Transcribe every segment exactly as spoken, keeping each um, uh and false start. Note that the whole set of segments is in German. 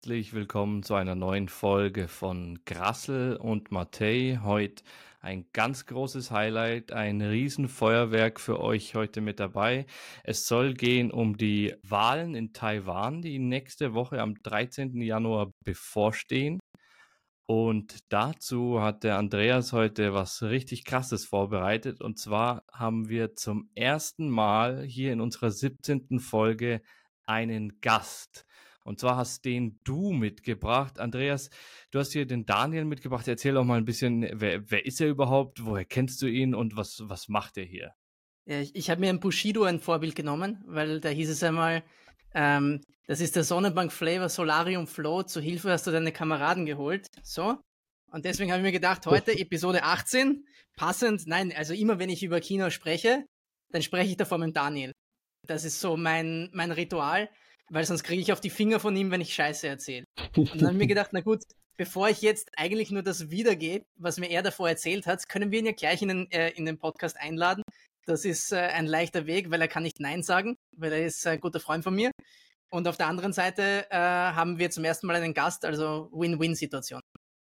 Herzlich willkommen zu einer neuen Folge von Grassel und Matthäi. Heute ein ganz großes Highlight, ein Riesenfeuerwerk für euch heute mit dabei. Es soll gehen um die Wahlen in Taiwan, die nächste Woche am dreizehnten Januar bevorstehen. Und dazu hat der Andreas heute was richtig Krasses vorbereitet. Und zwar haben wir zum ersten Mal hier in unserer siebzehnten Folge einen Gast. Und zwar hast den du mitgebracht. Andreas, du hast hier den Daniel mitgebracht. Erzähl doch mal ein bisschen, wer, wer ist er überhaupt? Woher kennst du ihn und was, was macht er hier? Ja, ich ich habe mir ein Bushido ein Vorbild genommen, weil da hieß es einmal, ähm, das ist der Sonnenbank Flavor Solarium Flow, zu Hilfe hast du deine Kameraden geholt. So. Und deswegen habe ich mir gedacht, heute Episode achtzehn, passend, nein, also immer wenn ich über Kino spreche, dann spreche ich davor mit Daniel. Das ist so mein, mein Ritual, weil sonst kriege ich auf die Finger von ihm, wenn ich Scheiße erzähle. Und dann habe ich mir gedacht, na gut, bevor ich jetzt eigentlich nur das wiedergebe, was mir er davor erzählt hat, können wir ihn ja gleich in den, äh, in den Podcast einladen. Das ist äh, ein leichter Weg, weil er kann nicht Nein sagen, weil er ist ein guter Freund von mir. Und auf der anderen Seite äh, haben wir zum ersten Mal einen Gast, also Win-Win-Situation.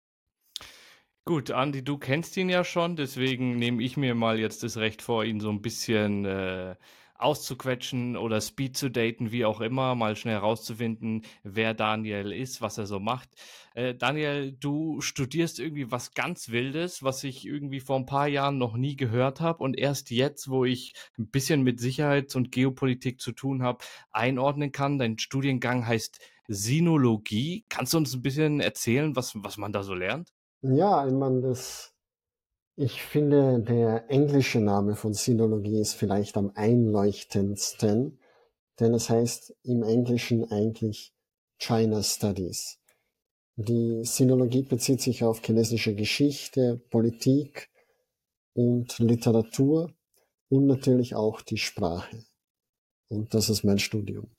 Gut, Andi, du kennst ihn ja schon, deswegen nehme ich mir mal jetzt das Recht vor, ihn so ein bisschen äh, auszuquetschen oder speed zu daten, wie auch immer, mal schnell rauszufinden, wer Daniel ist, was er so macht. Äh, Daniel, du studierst irgendwie was ganz Wildes, was ich irgendwie vor ein paar Jahren noch nie gehört habe und erst jetzt, wo ich ein bisschen mit Sicherheits- und Geopolitik zu tun habe, einordnen kann. Dein Studiengang heißt Sinologie. Kannst du uns ein bisschen erzählen, was, was man da so lernt? Ja, ich meine, das, ich finde, der englische Name von Sinologie ist vielleicht am einleuchtendsten, denn es heißt im Englischen eigentlich China Studies. Die Sinologie bezieht sich auf chinesische Geschichte, Politik und Literatur und natürlich auch die Sprache. Und das ist mein Studium.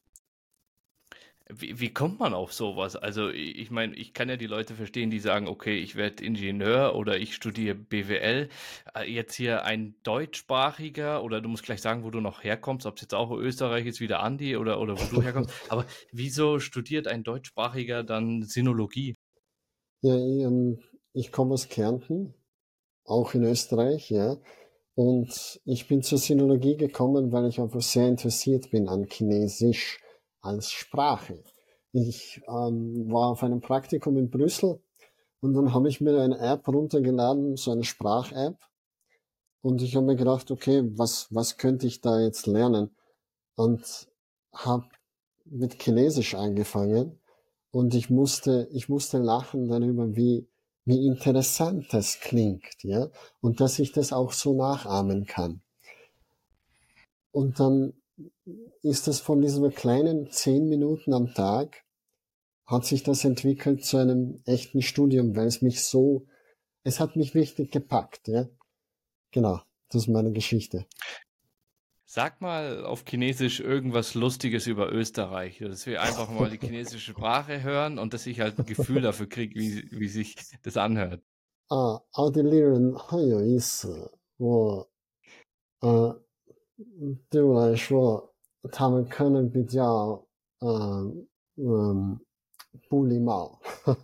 Wie, wie kommt man auf sowas? Also i- ich meine, ich kann ja die Leute verstehen, die sagen, okay, ich werde Ingenieur oder ich studiere B W L. Äh, Jetzt hier ein deutschsprachiger, oder du musst gleich sagen, wo du noch herkommst, ob es jetzt auch Österreich ist wie der Andi oder, oder wo du herkommst. Aber wieso studiert ein deutschsprachiger dann Sinologie? Ja, ich, ähm, ich komme aus Kärnten, auch in Österreich, ja. Und ich bin zur Sinologie gekommen, weil ich einfach sehr interessiert bin an Chinesisch als Sprache. Ich ähm, war auf einem Praktikum in Brüssel und dann habe ich mir eine App runtergeladen, so eine Sprach-App. Und ich habe mir gedacht, okay, was, was könnte ich da jetzt lernen? Und habe mit Chinesisch angefangen und ich musste, ich musste lachen darüber, wie, wie interessant das klingt, ja, und dass ich das auch so nachahmen kann. Und dann ist das von diesen kleinen zehn Minuten am Tag, hat sich das entwickelt zu einem echten Studium, weil es mich so, es hat mich richtig gepackt, ja. Genau, das ist meine Geschichte. Sag mal auf Chinesisch irgendwas Lustiges über Österreich, dass wir einfach mal die chinesische Sprache hören und dass ich halt ein Gefühl dafür kriege, wie, wie sich das anhört. 啊，奥地利人很有意思。我，呃，对我来说，他们可能比较，嗯嗯，不礼貌。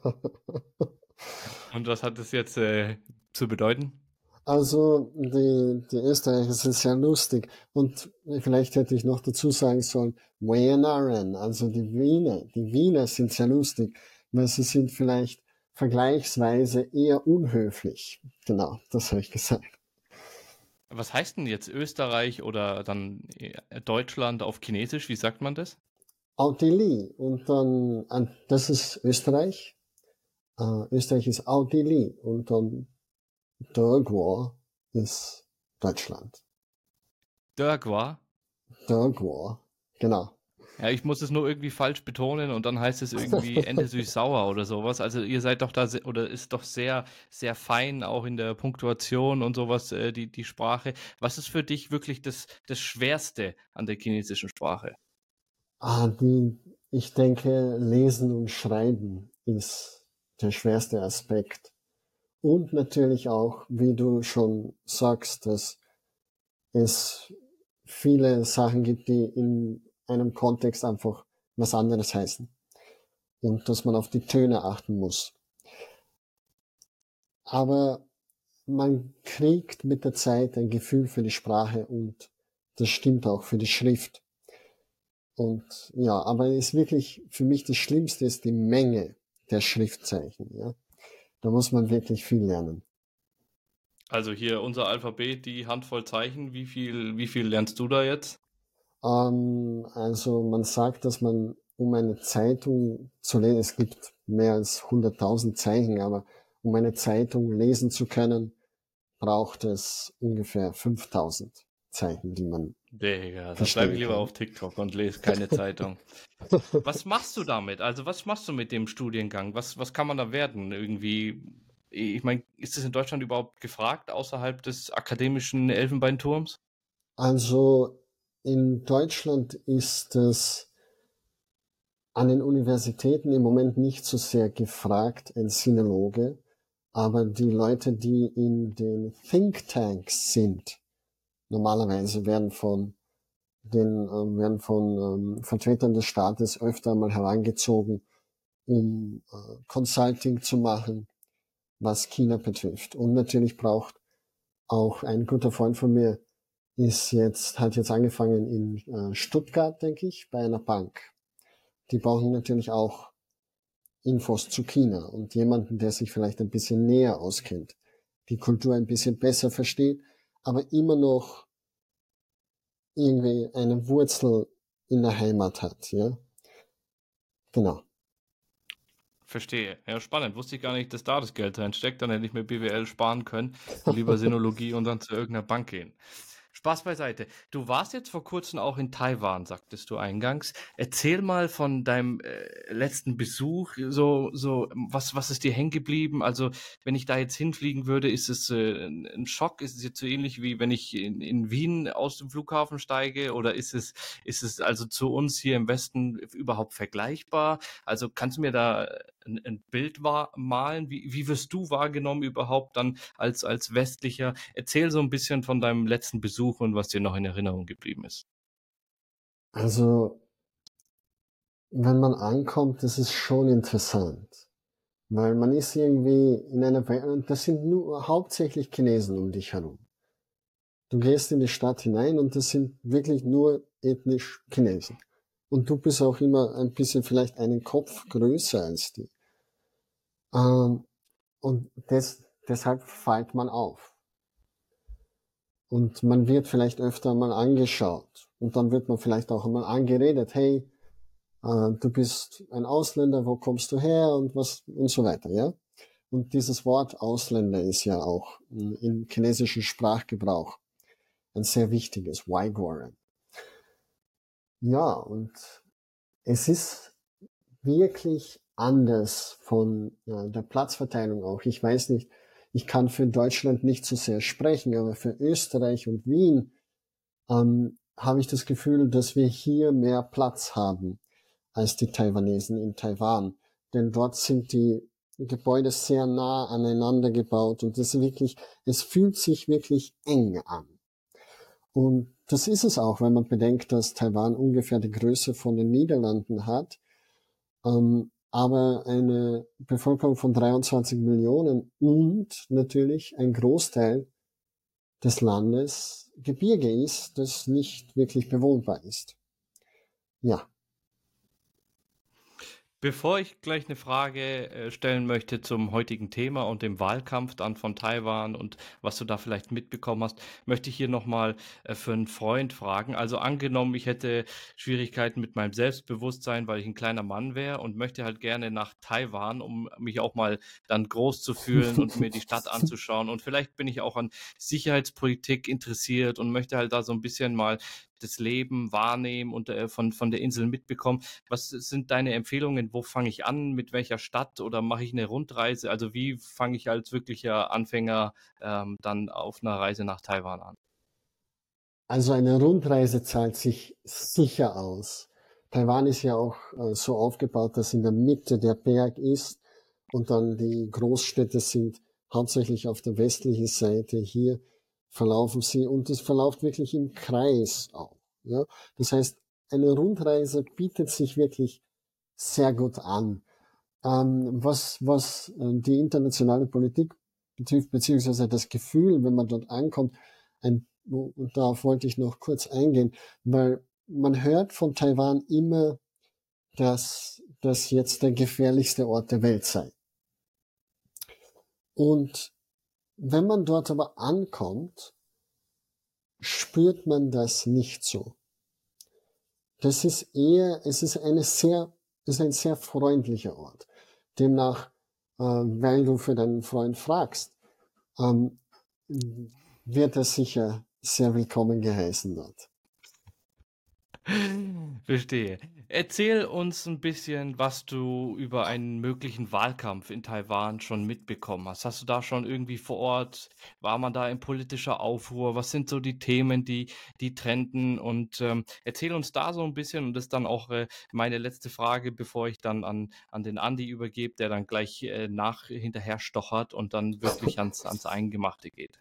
Und was hat das jetzt äh, zu bedeuten? Also, die, die Österreicher sind sehr lustig. Und vielleicht hätte ich noch dazu sagen sollen, Wienerin, also die Wiener, die Wiener sind sehr lustig, weil sie sind vielleicht vergleichsweise eher unhöflich. Genau, das habe ich gesagt. Was heißt denn jetzt Österreich oder dann äh, Deutschland auf Chinesisch? Wie sagt man das? Audili und dann, äh, das ist Österreich. Äh, Österreich ist Audili und dann Dörgwa ist Deutschland. Dörgwa. Dörgwa, genau. Ja, ich muss es nur irgendwie falsch betonen und dann heißt es irgendwie Ente süß-sauer oder sowas. Also ihr seid doch da se- oder ist doch sehr, sehr fein auch in der Punktuation und sowas, äh, die, die Sprache. Was ist für dich wirklich das, das Schwerste an der chinesischen Sprache? Ah, die, ich denke, Lesen und Schreiben ist der schwerste Aspekt. Und natürlich auch, wie du schon sagst, dass es viele Sachen gibt, die in einem Kontext einfach was anderes heißen. und dass man auf die Töne achten muss. Aber man kriegt mit der Zeit ein Gefühl für die Sprache und das stimmt auch für die Schrift. Und ja, aber es ist wirklich, für mich das Schlimmste ist die Menge der Schriftzeichen. Ja, da muss man wirklich viel lernen. Also hier unser Alphabet, die Handvoll Zeichen, wie viel, wie viel lernst du da jetzt? Ähm, also man sagt, dass man, um eine Zeitung zu lesen, es gibt mehr als hunderttausend Zeichen, aber um eine Zeitung lesen zu können, braucht es ungefähr fünftausend Zeichen, die man Digga, da bleibe ich verstehen lieber kann. auf TikTok und lese keine Zeitung. Was machst du damit? Also was machst du mit dem Studiengang? Was, was kann man da werden? Irgendwie, ich meine, ist es in Deutschland überhaupt gefragt, außerhalb des akademischen Elfenbeinturms? Also in Deutschland ist es an den Universitäten im Moment nicht so sehr gefragt, ein Sinologe, aber die Leute, die in den Thinktanks sind, normalerweise werden von den ähm, werden von ähm, Vertretern des Staates öfter mal herangezogen, um äh, Consulting zu machen, was China betrifft. Und natürlich braucht auch ein guter Freund von mir ist jetzt hat jetzt angefangen in äh, Stuttgart, denke ich, bei einer Bank. Die brauchen natürlich auch Infos zu China und jemanden, der sich vielleicht ein bisschen näher auskennt, die Kultur ein bisschen besser versteht, aber immer noch irgendwie eine Wurzel in der Heimat hat, ja. Genau. Verstehe. Ja, spannend. Wusste ich gar nicht, dass da das Geld drin steckt. Dann hätte ich mir B W L sparen können und lieber Sinologie und dann zu irgendeiner Bank gehen. Spaß beiseite. Du warst jetzt vor kurzem auch in Taiwan, sagtest du eingangs. Erzähl mal von deinem äh, letzten Besuch. So, so, was, was ist dir hängen geblieben? Also, wenn ich da jetzt hinfliegen würde, ist es äh, ein ein Schock? Ist es jetzt so ähnlich wie wenn ich in, in Wien aus dem Flughafen steige? Oder ist es, ist es also zu uns hier im Westen überhaupt vergleichbar? Also, kannst du mir da ein, ein Bild wahr, malen? Wie, wie wirst du wahrgenommen überhaupt dann als, als Westlicher? Erzähl so ein bisschen von deinem letzten Besuch und was dir noch in Erinnerung geblieben ist. Also, wenn man ankommt, das ist schon interessant, weil man ist irgendwie in einer Welt, und das sind nur hauptsächlich Chinesen um dich herum. Du gehst in die Stadt hinein und das sind wirklich nur ethnisch Chinesen. Und du bist auch immer ein bisschen vielleicht einen Kopf größer als die. Ähm, und des, deshalb fällt man auf. Und man wird vielleicht öfter mal angeschaut. Und dann wird man vielleicht auch einmal angeredet, hey, äh, du bist ein Ausländer, wo kommst du her und was und so weiter, ja. Und dieses Wort Ausländer ist ja auch im chinesischen Sprachgebrauch ein sehr wichtiges, Uiguren. Ja, und es ist wirklich anders von ja, der Platzverteilung auch. Ich weiß nicht, ich kann für Deutschland nicht so sehr sprechen, aber für Österreich und Wien ähm, habe ich das Gefühl, dass wir hier mehr Platz haben als die Taiwanesen in Taiwan. Denn dort sind die Gebäude sehr nah aneinander gebaut und das ist wirklich, es fühlt sich wirklich eng an. Und das ist es auch, wenn man bedenkt, dass Taiwan ungefähr die Größe von den Niederlanden hat, ähm, aber eine Bevölkerung von dreiundzwanzig Millionen und natürlich ein Großteil des Landes Gebirge ist, das nicht wirklich bewohnbar ist. Ja. Bevor ich gleich eine Frage äh, stellen möchte zum heutigen Thema und dem Wahlkampf dann von Taiwan und was du da vielleicht mitbekommen hast, möchte ich hier nochmal äh, für einen Freund fragen. Also angenommen, ich hätte Schwierigkeiten mit meinem Selbstbewusstsein, weil ich ein kleiner Mann wäre und möchte halt gerne nach Taiwan, um mich auch mal dann groß zu fühlen und mir die Stadt anzuschauen. Und vielleicht bin ich auch an Sicherheitspolitik interessiert und möchte halt da so ein bisschen mal das Leben wahrnehmen und äh, von, von der Insel mitbekommen. Was sind deine Empfehlungen? Wo fange ich an? Mit welcher Stadt? Oder mache ich eine Rundreise? Also wie fange ich als wirklicher Anfänger ähm, dann auf einer Reise nach Taiwan an? Also eine Rundreise zahlt sich sicher aus. Taiwan ist ja auch äh, so aufgebaut, dass in der Mitte der Berg ist und dann die Großstädte sind hauptsächlich auf der westlichen Seite. Hier verlaufen sie und es verläuft wirklich im Kreis auch. Ja? Das heißt, eine Rundreise bietet sich wirklich sehr gut an. ähm, was, was äh, die internationale Politik betrifft, beziehungsweise das Gefühl, wenn man dort ankommt, ein, und darauf wollte ich noch kurz eingehen, weil man hört von Taiwan immer, dass das jetzt der gefährlichste Ort der Welt sei. Und wenn man dort aber ankommt, spürt man das nicht so. Das ist eher, es ist eine sehr, es ist ein sehr freundlicher Ort. Demnach, äh, weil du für deinen Freund fragst, ähm, wird er sicher sehr willkommen geheißen dort. Verstehe. Erzähl uns ein bisschen, was du über einen möglichen Wahlkampf in Taiwan schon mitbekommen hast. Hast du da schon irgendwie vor Ort, war man da in politischer Aufruhr? Was sind so die Themen, die, die trenden? Und ähm, erzähl uns da so ein bisschen, und das ist dann auch äh, meine letzte Frage, bevor ich dann an, an den Andi übergebe, der dann gleich äh, nach hinterher stochert und dann wirklich ans, ans Eingemachte geht.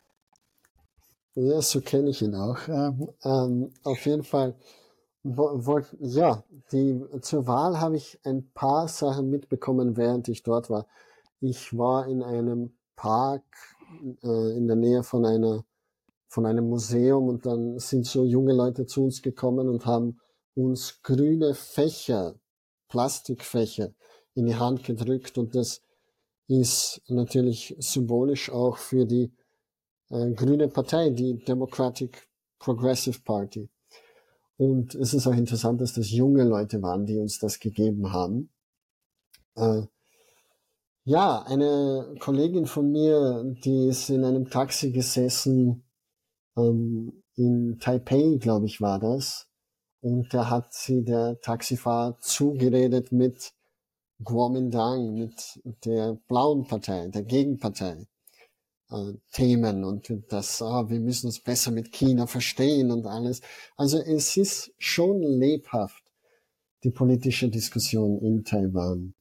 Ja, so kenne ich ihn auch. Ähm, ähm, auf jeden Fall, wo, wo, ja, die, zur Wahl habe ich ein paar Sachen mitbekommen, während ich dort war. Ich war in einem Park äh, in der Nähe von einer von einem Museum und dann sind so junge Leute zu uns gekommen und haben uns grüne Fächer, Plastikfächer in die Hand gedrückt, und das ist natürlich symbolisch auch für die äh, grüne Partei, die Democratic Progressive Party. Und es ist auch interessant, dass das junge Leute waren, die uns das gegeben haben. Äh, ja, eine Kollegin von mir, die ist in einem Taxi gesessen, ähm, in Taipei, glaube ich, war das. Und da hat sie der Taxifahrer zugeredet mit Kuomintang, mit der blauen Partei, der Gegenpartei. Äh, Themen und das, ah, wir müssen uns besser mit China verstehen und alles. Also es ist schon lebhaft, die politische Diskussion in Taiwan.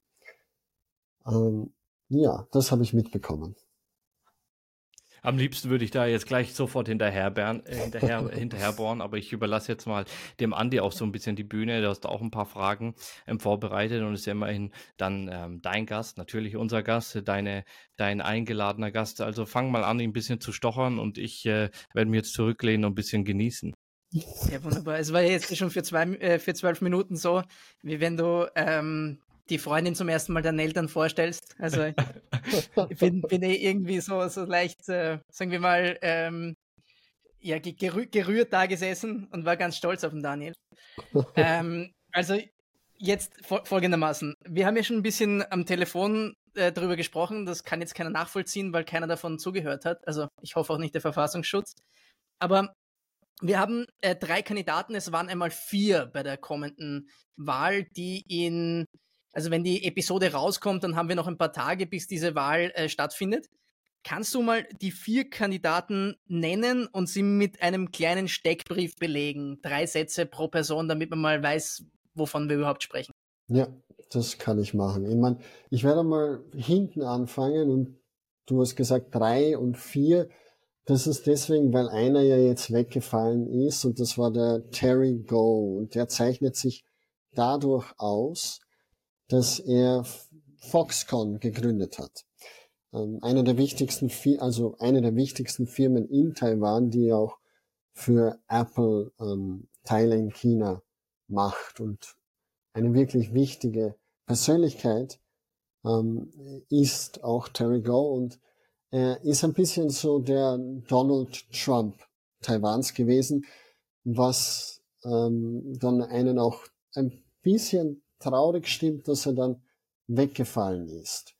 Ähm, ja, das habe ich mitbekommen. Am liebsten würde ich da jetzt gleich sofort hinterher, äh, hinterher, hinterherbohren, aber ich überlasse jetzt mal dem Andi auch so ein bisschen die Bühne. Du hast da auch ein paar Fragen ähm, vorbereitet und ist ja immerhin dann ähm, dein Gast, natürlich unser Gast, deine, dein eingeladener Gast. Also fang mal an, ein bisschen zu stochern, und ich äh, werde mich jetzt zurücklehnen und ein bisschen genießen. Ja, wunderbar. Es war ja jetzt schon für, zwei, äh, für zwölf Minuten so, wie wenn du ähm, die Freundin zum ersten Mal deinen Eltern vorstellst. Also ich bin, bin eh irgendwie so, so leicht, äh, sagen wir mal, ähm, ja, gerü gerührt da gesessen und war ganz stolz auf den Daniel. ähm, also jetzt fol folgendermaßen. Wir haben ja schon ein bisschen am Telefon äh, darüber gesprochen. Das kann jetzt keiner nachvollziehen, weil keiner davon zugehört hat. Also ich hoffe auch nicht der Verfassungsschutz. Aber wir haben äh, drei Kandidaten. Es waren einmal vier bei der kommenden Wahl, die in, also wenn die Episode rauskommt, dann haben wir noch ein paar Tage, bis diese Wahl äh, stattfindet. Kannst du mal die vier Kandidaten nennen und sie mit einem kleinen Steckbrief belegen? Drei Sätze pro Person, damit man mal weiß, wovon wir überhaupt sprechen. Ja, das kann ich machen. Ich meine, ich werde mal hinten anfangen, und du hast gesagt drei und vier. Das ist deswegen, weil einer ja jetzt weggefallen ist, und das war der Terry Go, und der zeichnet sich dadurch aus, dass er Foxconn gegründet hat. Ähm, eine der wichtigsten, also eine der wichtigsten Firmen in Taiwan, die auch für Apple ähm, Teile in China macht, und eine wirklich wichtige Persönlichkeit ähm, ist auch Terry Go, und er ist ein bisschen so der Donald Trump Taiwans gewesen, was ähm, dann einen auch ein bisschen traurig stimmt, dass er dann weggefallen ist.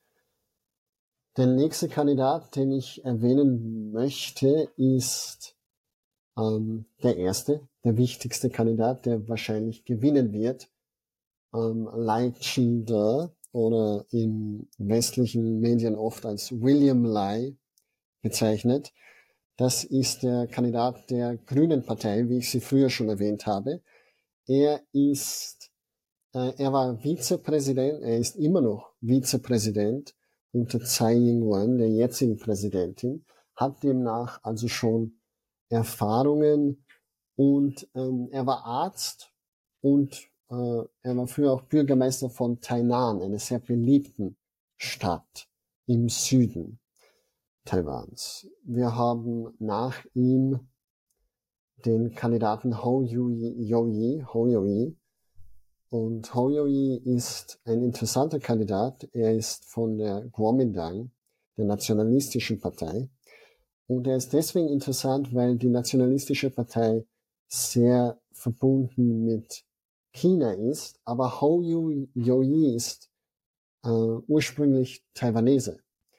Der nächste Kandidat, den ich erwähnen möchte, ist ähm, der erste, der wichtigste Kandidat, der wahrscheinlich gewinnen wird, ähm, Lai Ching-te, oder in westlichen Medien oft als William Lai bezeichnet. Das ist der Kandidat der Grünen Partei, wie ich sie früher schon erwähnt habe. Er ist, äh, er war Vizepräsident, er ist immer noch Vizepräsident unter Tsai Ing-wen, der jetzigen Präsidentin, hat demnach also schon Erfahrungen, und ähm, er war Arzt und äh, er war früher auch Bürgermeister von Tainan, einer sehr beliebten Stadt im Süden Taiwans. Wir haben nach ihm den Kandidaten Hou Youyi, Hou Youyi. Und Hou Youyi ist ein interessanter Kandidat. Er ist von der Kuomintang, der nationalistischen Partei. Und er ist deswegen interessant, weil die nationalistische Partei sehr verbunden mit China ist. Aber Hou Youyi ist äh, ursprünglich Taiwanese.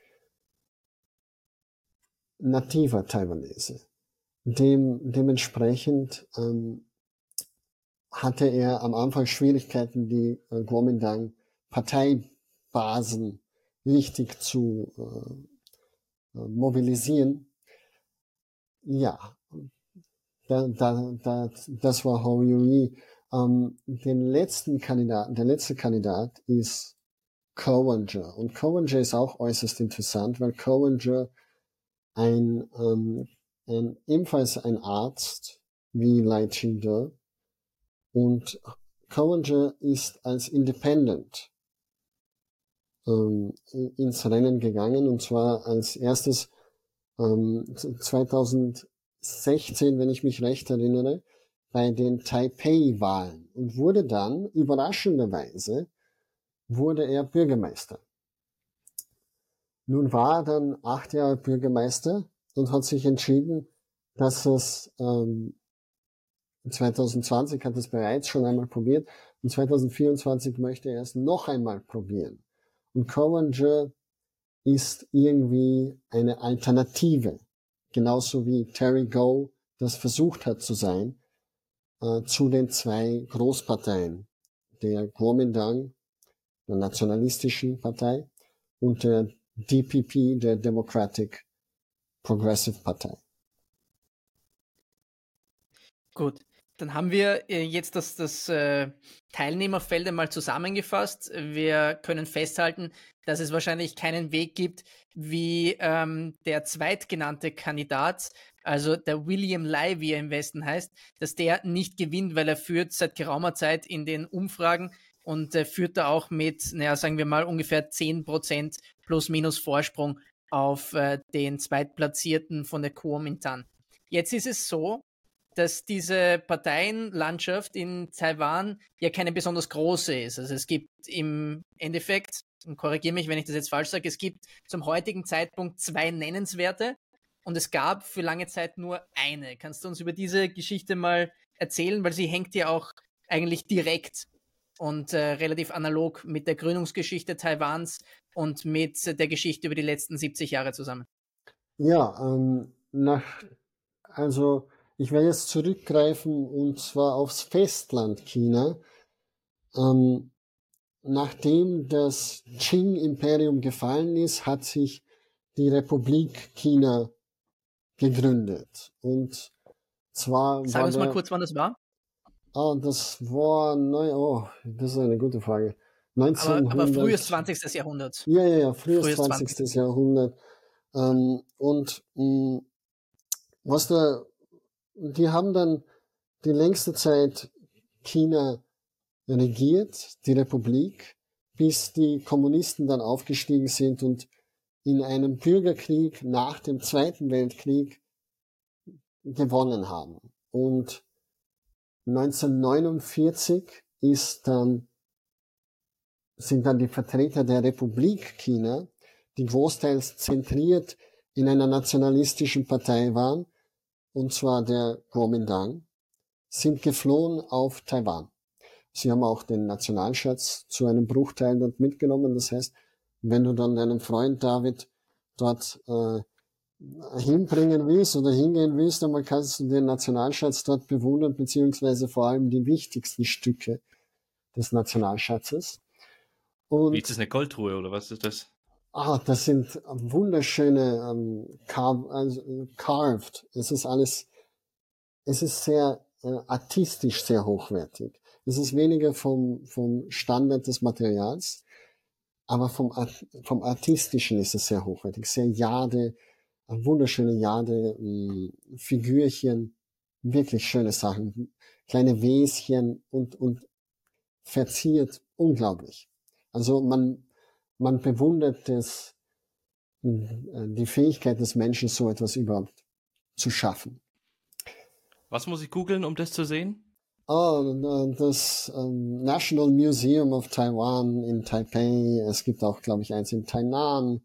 Nativer Taiwanese. Dem, dementsprechend ähm, hatte er am Anfang Schwierigkeiten, die äh, Kuomintang-Parteibasen richtig zu äh, mobilisieren. Ja, da, da, da, das war Hou Youyi. Ähm, den letzten Kandidaten, der letzte Kandidat ist Cowanger. Und Cowanger ist auch äußerst interessant, weil Cowanger ein, ähm, ein ebenfalls ein Arzt wie Lai Ching-te, und Cowanger ist als Independent ähm, ins Rennen gegangen, und zwar als erstes ähm, zweitausendsechzehn, wenn ich mich recht erinnere, bei den Taipei-Wahlen, und wurde dann, überraschenderweise, wurde er Bürgermeister. Nun war er dann acht Jahre Bürgermeister und hat sich entschieden, dass es ähm, zweitausendzwanzig hat es bereits schon einmal probiert, und zweitausendvierundzwanzig möchte er es noch einmal probieren. Und Cowanger ist irgendwie eine Alternative, genauso wie Terry Gou das versucht hat zu sein, äh, zu den zwei Großparteien, der Kuomintang, der nationalistischen Partei, und der D P P, der Democratic Progressive Partei. Gut, dann haben wir äh, jetzt das, das äh, Teilnehmerfeld einmal zusammengefasst. Wir können festhalten, dass es wahrscheinlich keinen Weg gibt, wie ähm, der zweitgenannte Kandidat, also der William Lai, wie er im Westen heißt, dass der nicht gewinnt, weil er führt seit geraumer Zeit in den Umfragen und äh, führt da auch mit, naja, sagen wir mal, ungefähr zehn Prozent plus minus Vorsprung auf äh, den Zweitplatzierten von der Kuomintang. Jetzt ist es so, dass diese Parteienlandschaft in Taiwan ja keine besonders große ist. Also es gibt im Endeffekt, und korrigiere mich, wenn ich das jetzt falsch sage, es gibt zum heutigen Zeitpunkt zwei nennenswerte und es gab für lange Zeit nur eine. Kannst du uns über diese Geschichte mal erzählen, weil sie hängt ja auch eigentlich direkt und äh, relativ analog mit der Gründungsgeschichte Taiwans und mit der Geschichte über die letzten siebzig Jahre zusammen. Ja, ähm, nach, also ich werde jetzt zurückgreifen, und zwar aufs Festland China. Ähm, nachdem das Qing-Imperium gefallen ist, hat sich die Republik China gegründet. Und zwar Sag war uns mal der, kurz, wann das war. ah, das war, neun, oh, das ist eine gute Frage. Aber, aber frühes neunzehnhundert, zwanzigsten. Jahrhundert. ja, ja, ja, frühes Frühes zwanzigstes zwanzigsten. Jahrhundert. Ähm, und mh, was da, die haben dann die längste Zeit China regiert, die Republik, bis die Kommunisten dann aufgestiegen sind und in einem Bürgerkrieg nach dem Zweiten Weltkrieg gewonnen haben. Und neunzehnhundertneunundvierzig ist dann, sind dann die Vertreter der Republik China, die großteils zentriert in einer nationalistischen Partei waren, und zwar der Kuomintang, sind geflohen auf Taiwan. Sie haben auch den Nationalschatz zu einem Bruchteil dort mitgenommen. Das heißt, wenn du dann deinen Freund David dort äh, hinbringen willst oder hingehen willst, dann kannst du den Nationalschatz dort bewundern, beziehungsweise vor allem die wichtigsten Stücke des Nationalschatzes. Und Wie ist das, eine Goldruhe oder was ist das? Ah, das sind wunderschöne ähm, car also, äh, carved. Es ist alles, es ist sehr äh, artistisch sehr hochwertig. Es ist weniger vom vom Standard des Materials, aber vom Art vom artistischen ist es sehr hochwertig. Sehr Jade, äh, wunderschöne Jade mh, Figürchen, wirklich schöne Sachen, kleine Wäschen und und verziert unglaublich. Also man, man bewundert das, die Fähigkeit des Menschen, so etwas überhaupt zu schaffen. Was muss ich googeln, um das zu sehen? Oh, das um, National Museum of Taiwan in Taipei. Es gibt auch, glaube ich, eins in Tainan.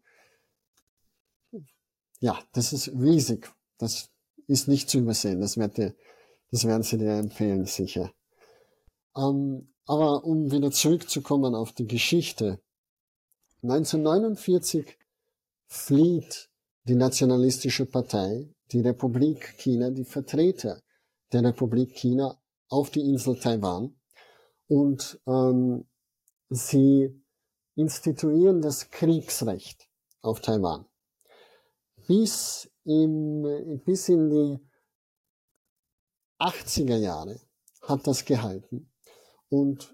Ja, das ist riesig. Das ist nicht zu übersehen. Das, wird, das werden Sie dir empfehlen, sicher. Um, aber um wieder zurückzukommen auf die Geschichte. neunzehnhundertneunundvierzig flieht die Nationalistische Partei, die Republik China, die Vertreter der Republik China auf die Insel Taiwan und ähm, sie instituieren das Kriegsrecht auf Taiwan. Bis, im, bis in die achtziger Jahre hat das gehalten und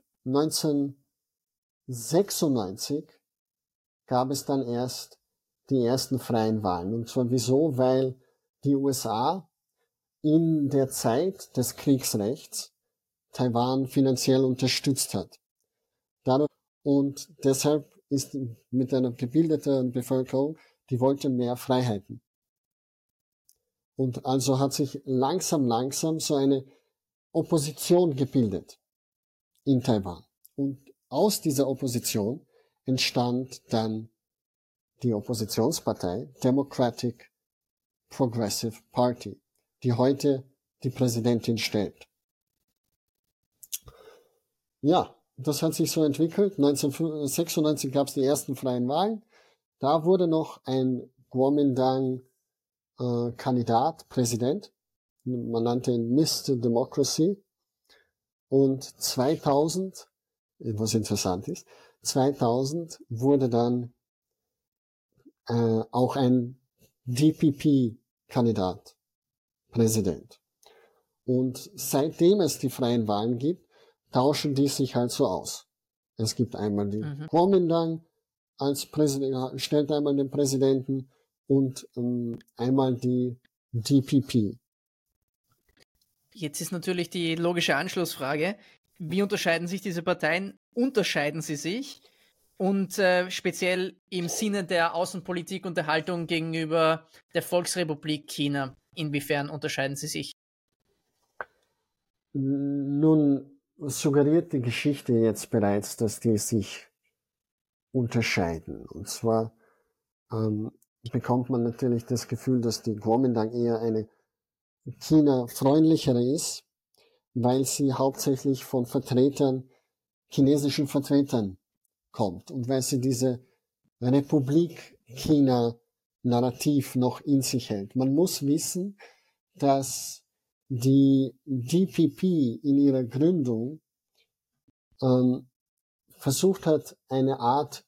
neunzehnhundertsechsundneunzig gab es dann erst die ersten freien Wahlen. Und zwar wieso? Weil die U S A in der Zeit des Kriegsrechts Taiwan finanziell unterstützt hat. Dadurch, und deshalb ist mit einer gebildeten Bevölkerung, die wollte mehr Freiheiten. Und also hat sich langsam, langsam so eine Opposition gebildet in Taiwan. Und aus dieser Opposition entstand dann die Oppositionspartei Democratic Progressive Party, die heute die Präsidentin stellt. Ja, das hat sich so entwickelt. neunzehnhundertsechsundneunzig gab es die ersten freien Wahlen. Da wurde noch ein Kuomintang-Kandidat, äh, Präsident. Man nannte ihn Mister Democracy. Und zweitausend, was interessant ist, zweitausend wurde dann äh, auch ein D P P-Kandidat Präsident. Und seitdem es die freien Wahlen gibt, tauschen die sich halt so aus. Es gibt einmal den mhm. Kuomintang als Präsident, stellt einmal den Präsidenten und ähm, einmal die D P P. Jetzt ist natürlich die logische Anschlussfrage, wie unterscheiden sich diese Parteien? Unterscheiden sie sich? Und äh, speziell im Sinne der Außenpolitik und der Haltung gegenüber der Volksrepublik China, inwiefern unterscheiden sie sich? Nun suggeriert die Geschichte jetzt bereits, dass die sich unterscheiden. Und zwar ähm, bekommt man natürlich das Gefühl, dass die Kuomintang eher eine China-freundlichere ist, weil sie hauptsächlich von Vertretern, chinesischen Vertretern kommt und weil sie diese Republik China-Narrativ noch in sich hält. Man muss wissen, dass die D P P in ihrer Gründung ähm, versucht hat, eine Art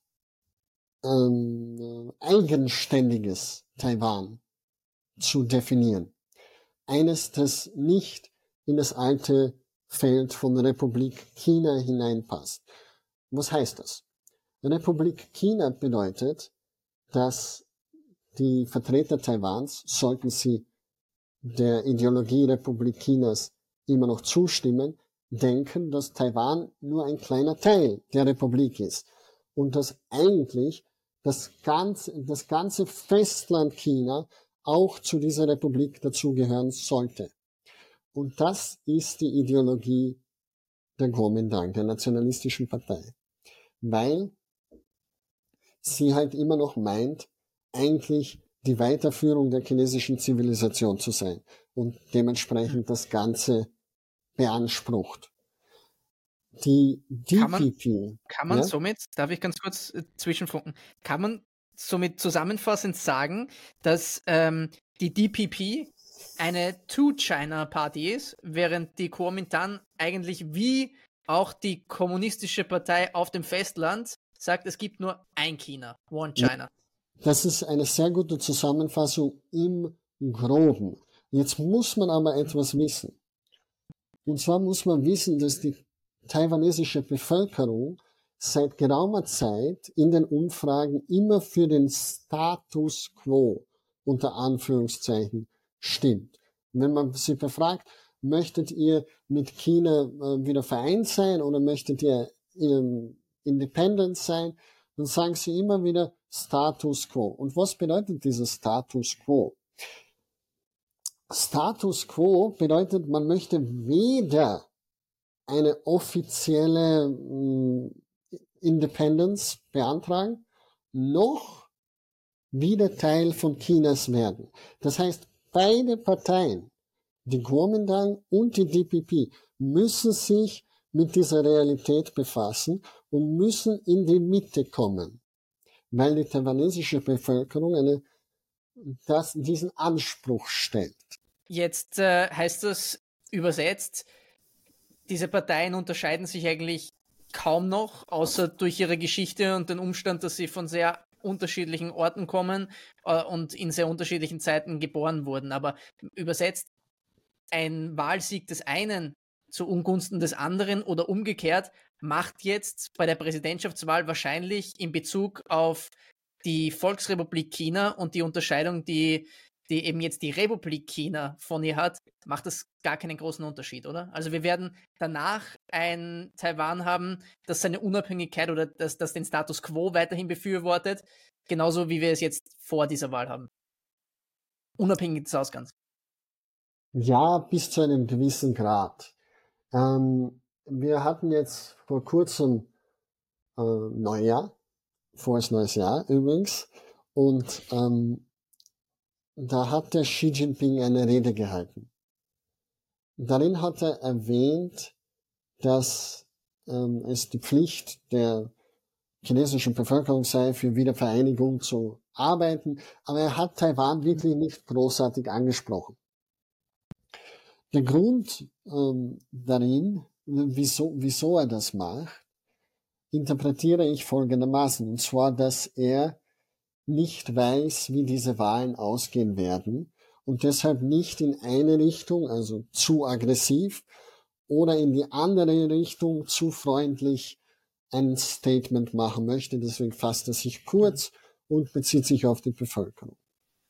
ähm, eigenständiges Taiwan zu definieren. Eines, das nicht in das alte Feld von Republik China hineinpasst. Was heißt das? Republik China bedeutet, dass die Vertreter Taiwans, sollten sie der Ideologie Republik Chinas immer noch zustimmen, denken, dass Taiwan nur ein kleiner Teil der Republik ist und dass eigentlich das ganze, das ganze Festland China auch zu dieser Republik dazugehören sollte. Und das ist die Ideologie der Kuomintang, der nationalistischen Partei. Weil sie halt immer noch meint, eigentlich die Weiterführung der chinesischen Zivilisation zu sein und dementsprechend das Ganze beansprucht. Die D P P... Kann man, kann man ja? somit, darf ich ganz kurz äh, zwischenfunken, kann man somit zusammenfassend sagen, dass ähm, die D P P eine Two-China-Party ist, während die Kuomintang eigentlich wie auch die kommunistische Partei auf dem Festland sagt, es gibt nur ein China, One China. Das ist eine sehr gute Zusammenfassung im Groben. Jetzt muss man aber etwas wissen. Und zwar muss man wissen, dass die taiwanesische Bevölkerung seit geraumer Zeit in den Umfragen immer für den Status quo unter Anführungszeichen stimmt. Und wenn man sie befragt, möchtet ihr mit China äh, wieder vereint sein oder möchtet ihr ähm, independent sein? Dann sagen sie immer wieder Status quo. Und was bedeutet dieses Status quo? Status quo bedeutet, man möchte weder eine offizielle mh, Independence beantragen, noch wieder Teil von Chinas werden. Das heißt, beide Parteien, die Kuomintang und die D P P, müssen sich mit dieser Realität befassen und müssen in die Mitte kommen, weil die taiwanesische Bevölkerung eine, das, diesen Anspruch stellt. Jetzt äh, heißt das übersetzt, diese Parteien unterscheiden sich eigentlich kaum noch, außer durch ihre Geschichte und den Umstand, dass sie von sehr unterschiedlichen Orten kommen äh, und in sehr unterschiedlichen Zeiten geboren wurden. Aber übersetzt, ein Wahlsieg des einen zu Ungunsten des anderen oder umgekehrt macht jetzt bei der Präsidentschaftswahl wahrscheinlich in Bezug auf die Volksrepublik China und die Unterscheidung, die, die eben jetzt die Republik China von ihr hat, macht das gar keinen großen Unterschied, oder? Also wir werden danach ein Taiwan haben, das seine Unabhängigkeit oder das, das den Status quo weiterhin befürwortet, genauso wie wir es jetzt vor dieser Wahl haben. Unabhängig des Ausgangs. Ja, bis zu einem gewissen Grad. Ähm, wir hatten jetzt vor kurzem äh, Neujahr, frohes neues Jahr übrigens, und ähm, da hat der Xi Jinping eine Rede gehalten. Darin hat er erwähnt, dass ähm, es die Pflicht der chinesischen Bevölkerung sei, für Wiedervereinigung zu arbeiten, aber er hat Taiwan wirklich nicht großartig angesprochen. Der Grund ähm, darin, wieso, wieso er das macht, interpretiere ich folgendermaßen, und zwar, dass er nicht weiß, wie diese Wahlen ausgehen werden und deshalb nicht in eine Richtung, also zu aggressiv, oder in die andere Richtung zu freundlich ein Statement machen möchte. Deswegen fasst er sich kurz und bezieht sich auf die Bevölkerung.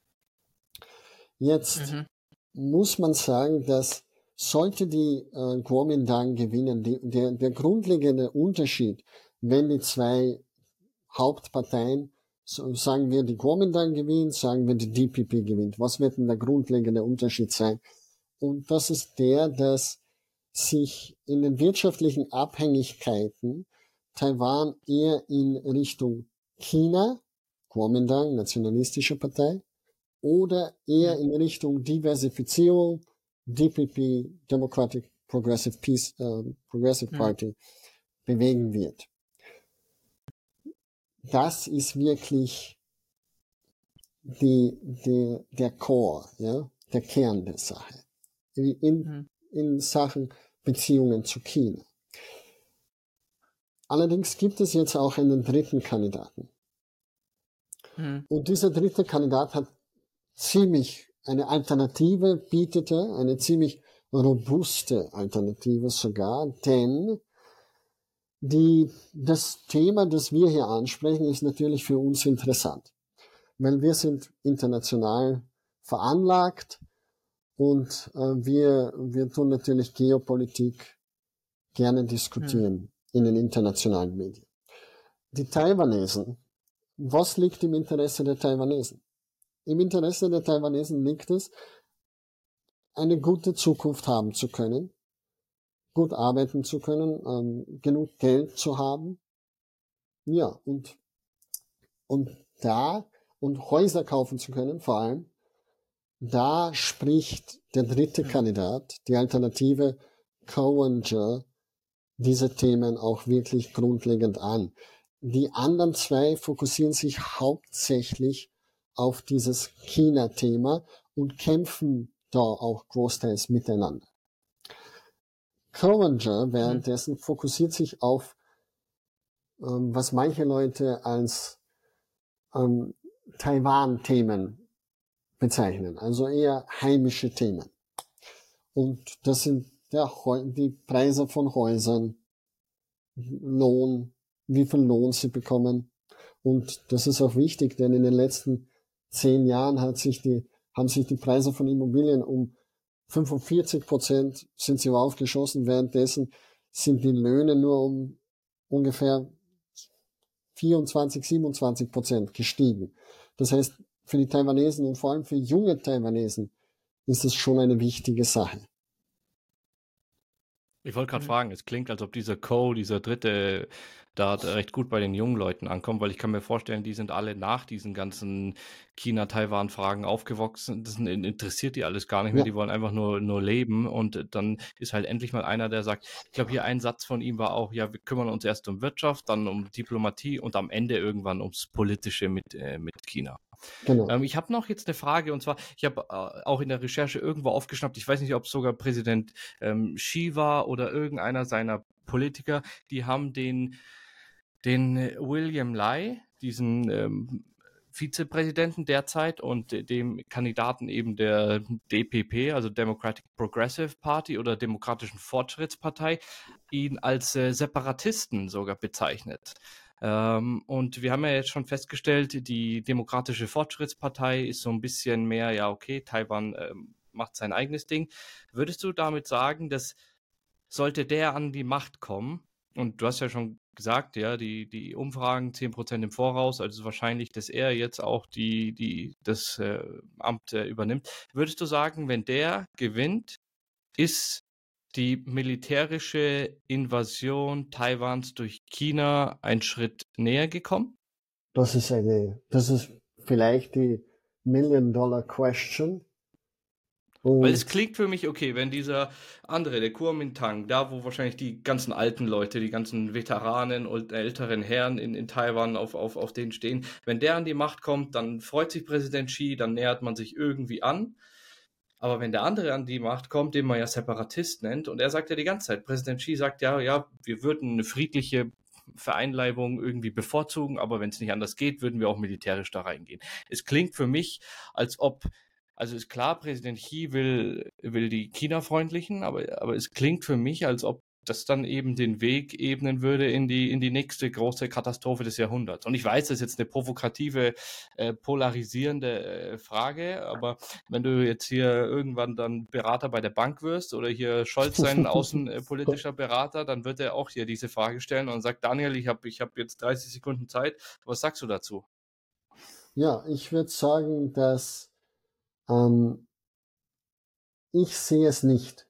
Jetzt mhm. muss man sagen, dass sollte die äh, Kuomintang gewinnen, die, der, der grundlegende Unterschied, wenn die zwei Hauptparteien, so sagen wir die Kuomintang gewinnt, sagen wir die D P P gewinnt, was wird denn der grundlegende Unterschied sein? Und das ist der, dass sich in den wirtschaftlichen Abhängigkeiten Taiwan eher in Richtung China, Kuomintang, nationalistische Partei, oder eher in Richtung Diversifizierung, D P P, Democratic Progressive Peace, äh, Progressive Party, mhm. bewegen wird. Das ist wirklich die, die, der Core, ja, der Kern der Sache. In, mhm. in Sachen Beziehungen zu China. Allerdings gibt es jetzt auch einen dritten Kandidaten. Mhm. Und dieser dritte Kandidat hat ziemlich eine Alternative, bietete eine ziemlich robuste Alternative sogar, denn die, das Thema, das wir hier ansprechen, ist natürlich für uns interessant, weil wir sind international veranlagt und äh, wir, wir tun natürlich Geopolitik gerne diskutieren mhm. in den internationalen Medien. Die Taiwanesen, was liegt im Interesse der Taiwanesen? Im Interesse der Taiwanesen liegt es, eine gute Zukunft haben zu können, gut arbeiten zu können, ähm, genug Geld zu haben, ja, und, und da, und Häuser kaufen zu können, vor allem, da spricht der dritte Kandidat, die Alternative Cowanger, diese Themen auch wirklich grundlegend an. Die anderen zwei fokussieren sich hauptsächlich auf dieses China-Thema und kämpfen da auch großteils miteinander. Cowanger währenddessen mhm. fokussiert sich auf, ähm, was manche Leute als ähm, Taiwan-Themen bezeichnen, also eher heimische Themen. Und das sind der, die Preise von Häusern, Lohn, wie viel Lohn sie bekommen. Und das ist auch wichtig, denn in den letzten zehn Jahren hat sich die, haben sich die Preise von Immobilien um fünfundvierzig Prozent sind sie aufgeschossen, währenddessen sind die Löhne nur um ungefähr vierundzwanzig, siebenundzwanzig Prozent gestiegen. Das heißt, für die Taiwanesen und vor allem für junge Taiwanesen ist es schon eine wichtige Sache. Ich wollte gerade fragen, es klingt, als ob dieser Co, dieser dritte, da recht gut bei den jungen Leuten ankommt, weil ich kann mir vorstellen, die sind alle nach diesen ganzen China-Taiwan-Fragen aufgewachsen. Das interessiert die alles gar nicht mehr. Ja. Die wollen einfach nur, nur leben. Und dann ist halt endlich mal einer, der sagt, ich glaube, hier ein Satz von ihm war auch, ja, wir kümmern uns erst um Wirtschaft, dann um Diplomatie und am Ende irgendwann ums Politische mit, äh, mit China. Genau. Ähm, ich habe noch jetzt eine Frage, und zwar, ich habe äh, auch in der Recherche irgendwo aufgeschnappt, ich weiß nicht, ob es sogar Präsident ähm, Xi war oder irgendeiner seiner Politiker, die haben den, den William Lai, diesen ähm, Vizepräsidenten derzeit und dem Kandidaten eben der D P P, also Democratic Progressive Party oder Demokratischen Fortschrittspartei, ihn als äh, Separatisten sogar bezeichnet. Ähm, und wir haben ja jetzt schon festgestellt, die Demokratische Fortschrittspartei ist so ein bisschen mehr, ja okay, Taiwan äh, macht sein eigenes Ding. Würdest du damit sagen, dass sollte der an die Macht kommen, und du hast ja schon gesagt, ja, die, die Umfragen zehn Prozent im Voraus, also wahrscheinlich, dass er jetzt auch die, die, das äh, Amt äh, übernimmt. Würdest du sagen, wenn der gewinnt, ist die militärische Invasion Taiwans durch China ein Schritt näher gekommen? Das ist eine, das ist vielleicht die Million-Dollar-Question. Weil es klingt für mich, okay, wenn dieser andere, der Kuomintang, da wo wahrscheinlich die ganzen alten Leute, die ganzen Veteranen und älteren Herren in, in Taiwan auf, auf, auf denen stehen, wenn der an die Macht kommt, dann freut sich Präsident Xi, dann nähert man sich irgendwie an. Aber wenn der andere an die Macht kommt, den man ja Separatist nennt, und er sagt ja die ganze Zeit, Präsident Xi sagt ja, ja, wir würden eine friedliche Vereinleibung irgendwie bevorzugen, aber wenn es nicht anders geht, würden wir auch militärisch da reingehen. Es klingt für mich, als ob, also ist klar, Präsident Xi will, will die China-Freundlichen, aber, aber es klingt für mich, als ob das dann eben den Weg ebnen würde in die, in die nächste große Katastrophe des Jahrhunderts. Und ich weiß, das ist jetzt eine provokative, äh, polarisierende äh, Frage, aber wenn du jetzt hier irgendwann dann Berater bei der Bank wirst oder hier Scholz sein außenpolitischer Berater, dann wird er auch hier diese Frage stellen und sagt, Daniel, ich habe ich hab jetzt dreißig Sekunden Zeit, was sagst du dazu? Ja, ich würde sagen, dass ähm, ich sehe es nicht.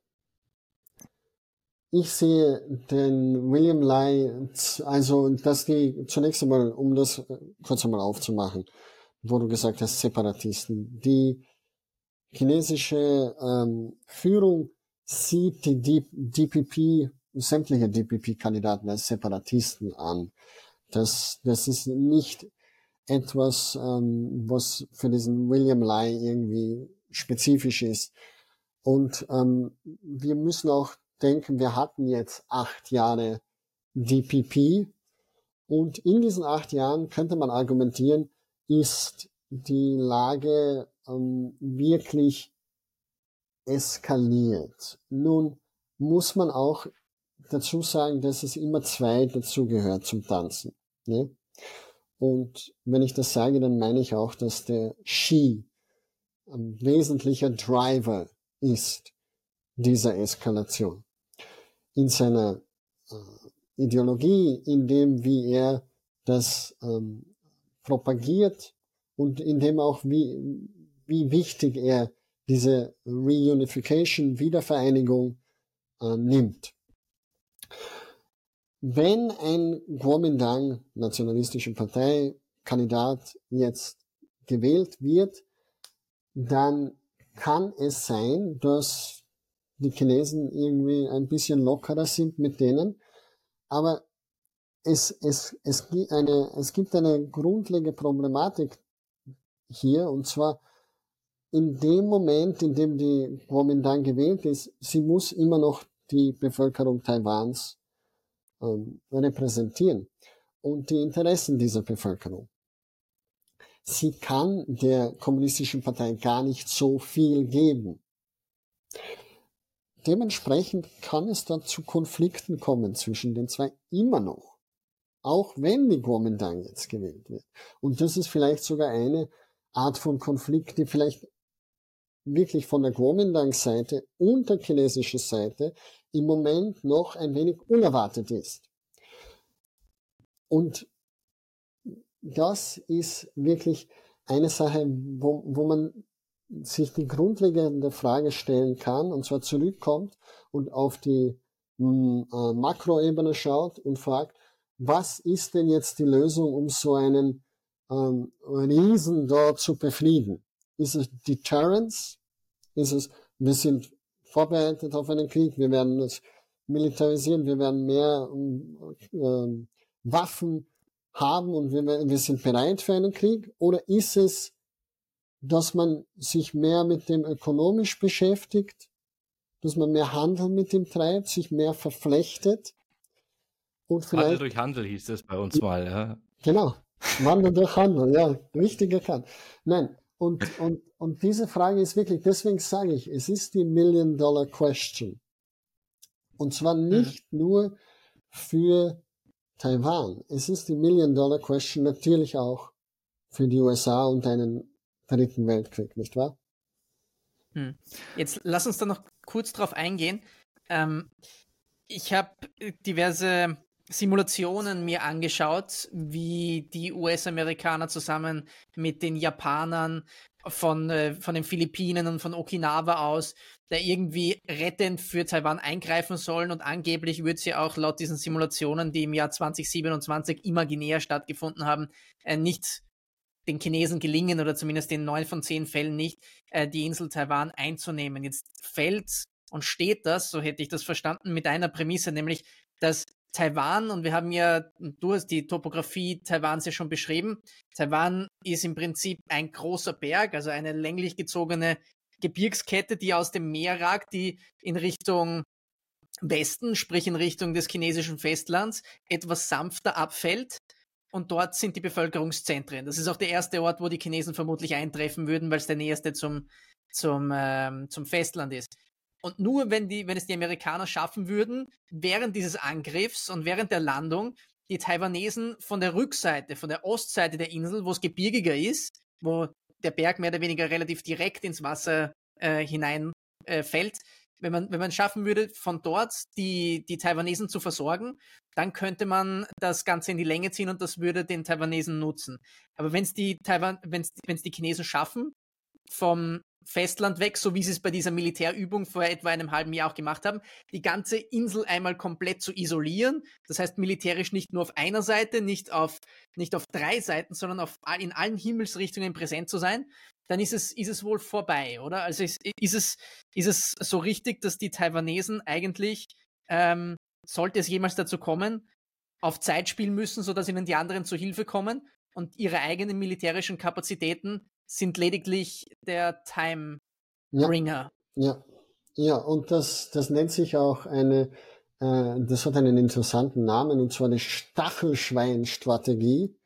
Ich sehe den William Lai, also dass die zunächst einmal, um das kurz einmal aufzumachen, wo du gesagt hast, Separatisten, die chinesische ähm, Führung sieht die D P P, sämtliche D P P-Kandidaten als Separatisten an. Das, das ist nicht etwas, ähm, was für diesen William Lai irgendwie spezifisch ist. Und ähm, wir müssen auch denken, wir hatten jetzt acht Jahre D P P und in diesen acht Jahren könnte man argumentieren, ist die Lage ähm, wirklich eskaliert. Nun muss man auch dazu sagen, dass es immer zwei dazugehört zum Tanzen. Ne? Und wenn ich das sage, dann meine ich auch, dass der Xi ein wesentlicher Driver ist dieser Eskalation. In seiner äh, Ideologie, in dem, wie er das ähm, propagiert und in dem auch, wie, wie wichtig er diese Reunification, Wiedervereinigung äh, nimmt. Wenn ein Kuomintang, nationalistische Partei, Kandidat jetzt gewählt wird, dann kann es sein, dass die Chinesen irgendwie ein bisschen lockerer sind mit denen, aber es, es, es, gibt eine, es gibt eine grundlegende Problematik hier, und zwar in dem Moment, in dem die Kuomintang gewählt ist, sie muss immer noch die Bevölkerung Taiwans ähm, repräsentieren und die Interessen dieser Bevölkerung. Sie kann der kommunistischen Partei gar nicht so viel geben. Dementsprechend kann es dann zu Konflikten kommen zwischen den zwei immer noch, auch wenn die Kuomintang jetzt gewählt wird. Und das ist vielleicht sogar eine Art von Konflikt, die vielleicht wirklich von der Kuomintang-Seite und der chinesischen Seite im Moment noch ein wenig unerwartet ist. Und das ist wirklich eine Sache, wo, wo man sich die grundlegende Frage stellen kann, und zwar zurückkommt und auf die mh, äh, Makroebene schaut und fragt, was ist denn jetzt die Lösung, um so einen ähm, Riesen dort zu befrieden? Ist es Deterrence? Ist es, wir sind vorbereitet auf einen Krieg, wir werden es militarisieren, wir werden mehr äh, Waffen haben und wir, wir sind bereit für einen Krieg? Oder ist es, dass man sich mehr mit dem ökonomisch beschäftigt, dass man mehr Handel mit ihm treibt, sich mehr verflechtet und vielleicht... Handel durch Handel hieß es bei uns mal, ja. Genau, Wandel durch Handel, ja, richtig erkannt. Nein, und, und, und diese Frage ist wirklich, deswegen sage ich, es ist die Million-Dollar-Question. Und zwar nicht mhm. nur für Taiwan, es ist die Million-Dollar-Question natürlich auch für die U S A und einen dritten Weltkrieg, nicht wahr? Hm. Jetzt lass uns da noch kurz drauf eingehen. Ähm, ich habe diverse Simulationen mir angeschaut, wie die U S-Amerikaner zusammen mit den Japanern von, äh, von den Philippinen und von Okinawa aus da irgendwie rettend für Taiwan eingreifen sollen, und angeblich wird sie auch laut diesen Simulationen, die im Jahr zwanzig siebenundzwanzig imaginär stattgefunden haben, äh, nicht den Chinesen gelingen, oder zumindest in neun von zehn Fällen nicht, äh, die Insel Taiwan einzunehmen. Jetzt fällt und steht das, so hätte ich das verstanden, mit einer Prämisse, nämlich, dass Taiwan, und wir haben ja, du hast die Topografie Taiwans ja schon beschrieben, Taiwan ist im Prinzip ein großer Berg, also eine länglich gezogene Gebirgskette, die aus dem Meer ragt, die in Richtung Westen, sprich in Richtung des chinesischen Festlands, etwas sanfter abfällt. Und dort sind die Bevölkerungszentren. Das ist auch der erste Ort, wo die Chinesen vermutlich eintreffen würden, weil es der nächste zum, zum, ähm, zum Festland ist. Und nur wenn, die, wenn es die Amerikaner schaffen würden, während dieses Angriffs und während der Landung die Taiwanesen von der Rückseite, von der Ostseite der Insel, wo es gebirgiger ist, wo der Berg mehr oder weniger relativ direkt ins Wasser äh, hinein äh, fällt, wenn man, wenn man schaffen würde, von dort die, die Taiwanesen zu versorgen, dann könnte man das Ganze in die Länge ziehen und das würde den Taiwanesen nutzen. Aber wenn es die Taiwan, wenn's, wenn's die Chinesen schaffen, vom Festland weg, so wie sie es bei dieser Militärübung vor etwa einem halben Jahr auch gemacht haben, die ganze Insel einmal komplett zu isolieren, das heißt militärisch nicht nur auf einer Seite, nicht auf, nicht auf drei Seiten, sondern auf, in allen Himmelsrichtungen präsent zu sein, dann ist es, ist es wohl vorbei, oder? Also ist, ist, es, ist es so richtig, dass die Taiwanesen eigentlich, ähm, sollte es jemals dazu kommen, auf Zeit spielen müssen, sodass ihnen die anderen zu Hilfe kommen, und ihre eigenen militärischen Kapazitäten sind lediglich der Time Bringer. Ja, ja, ja, und das, das nennt sich auch eine, äh, das hat einen interessanten Namen, und zwar die Stachelschwein-Strategie,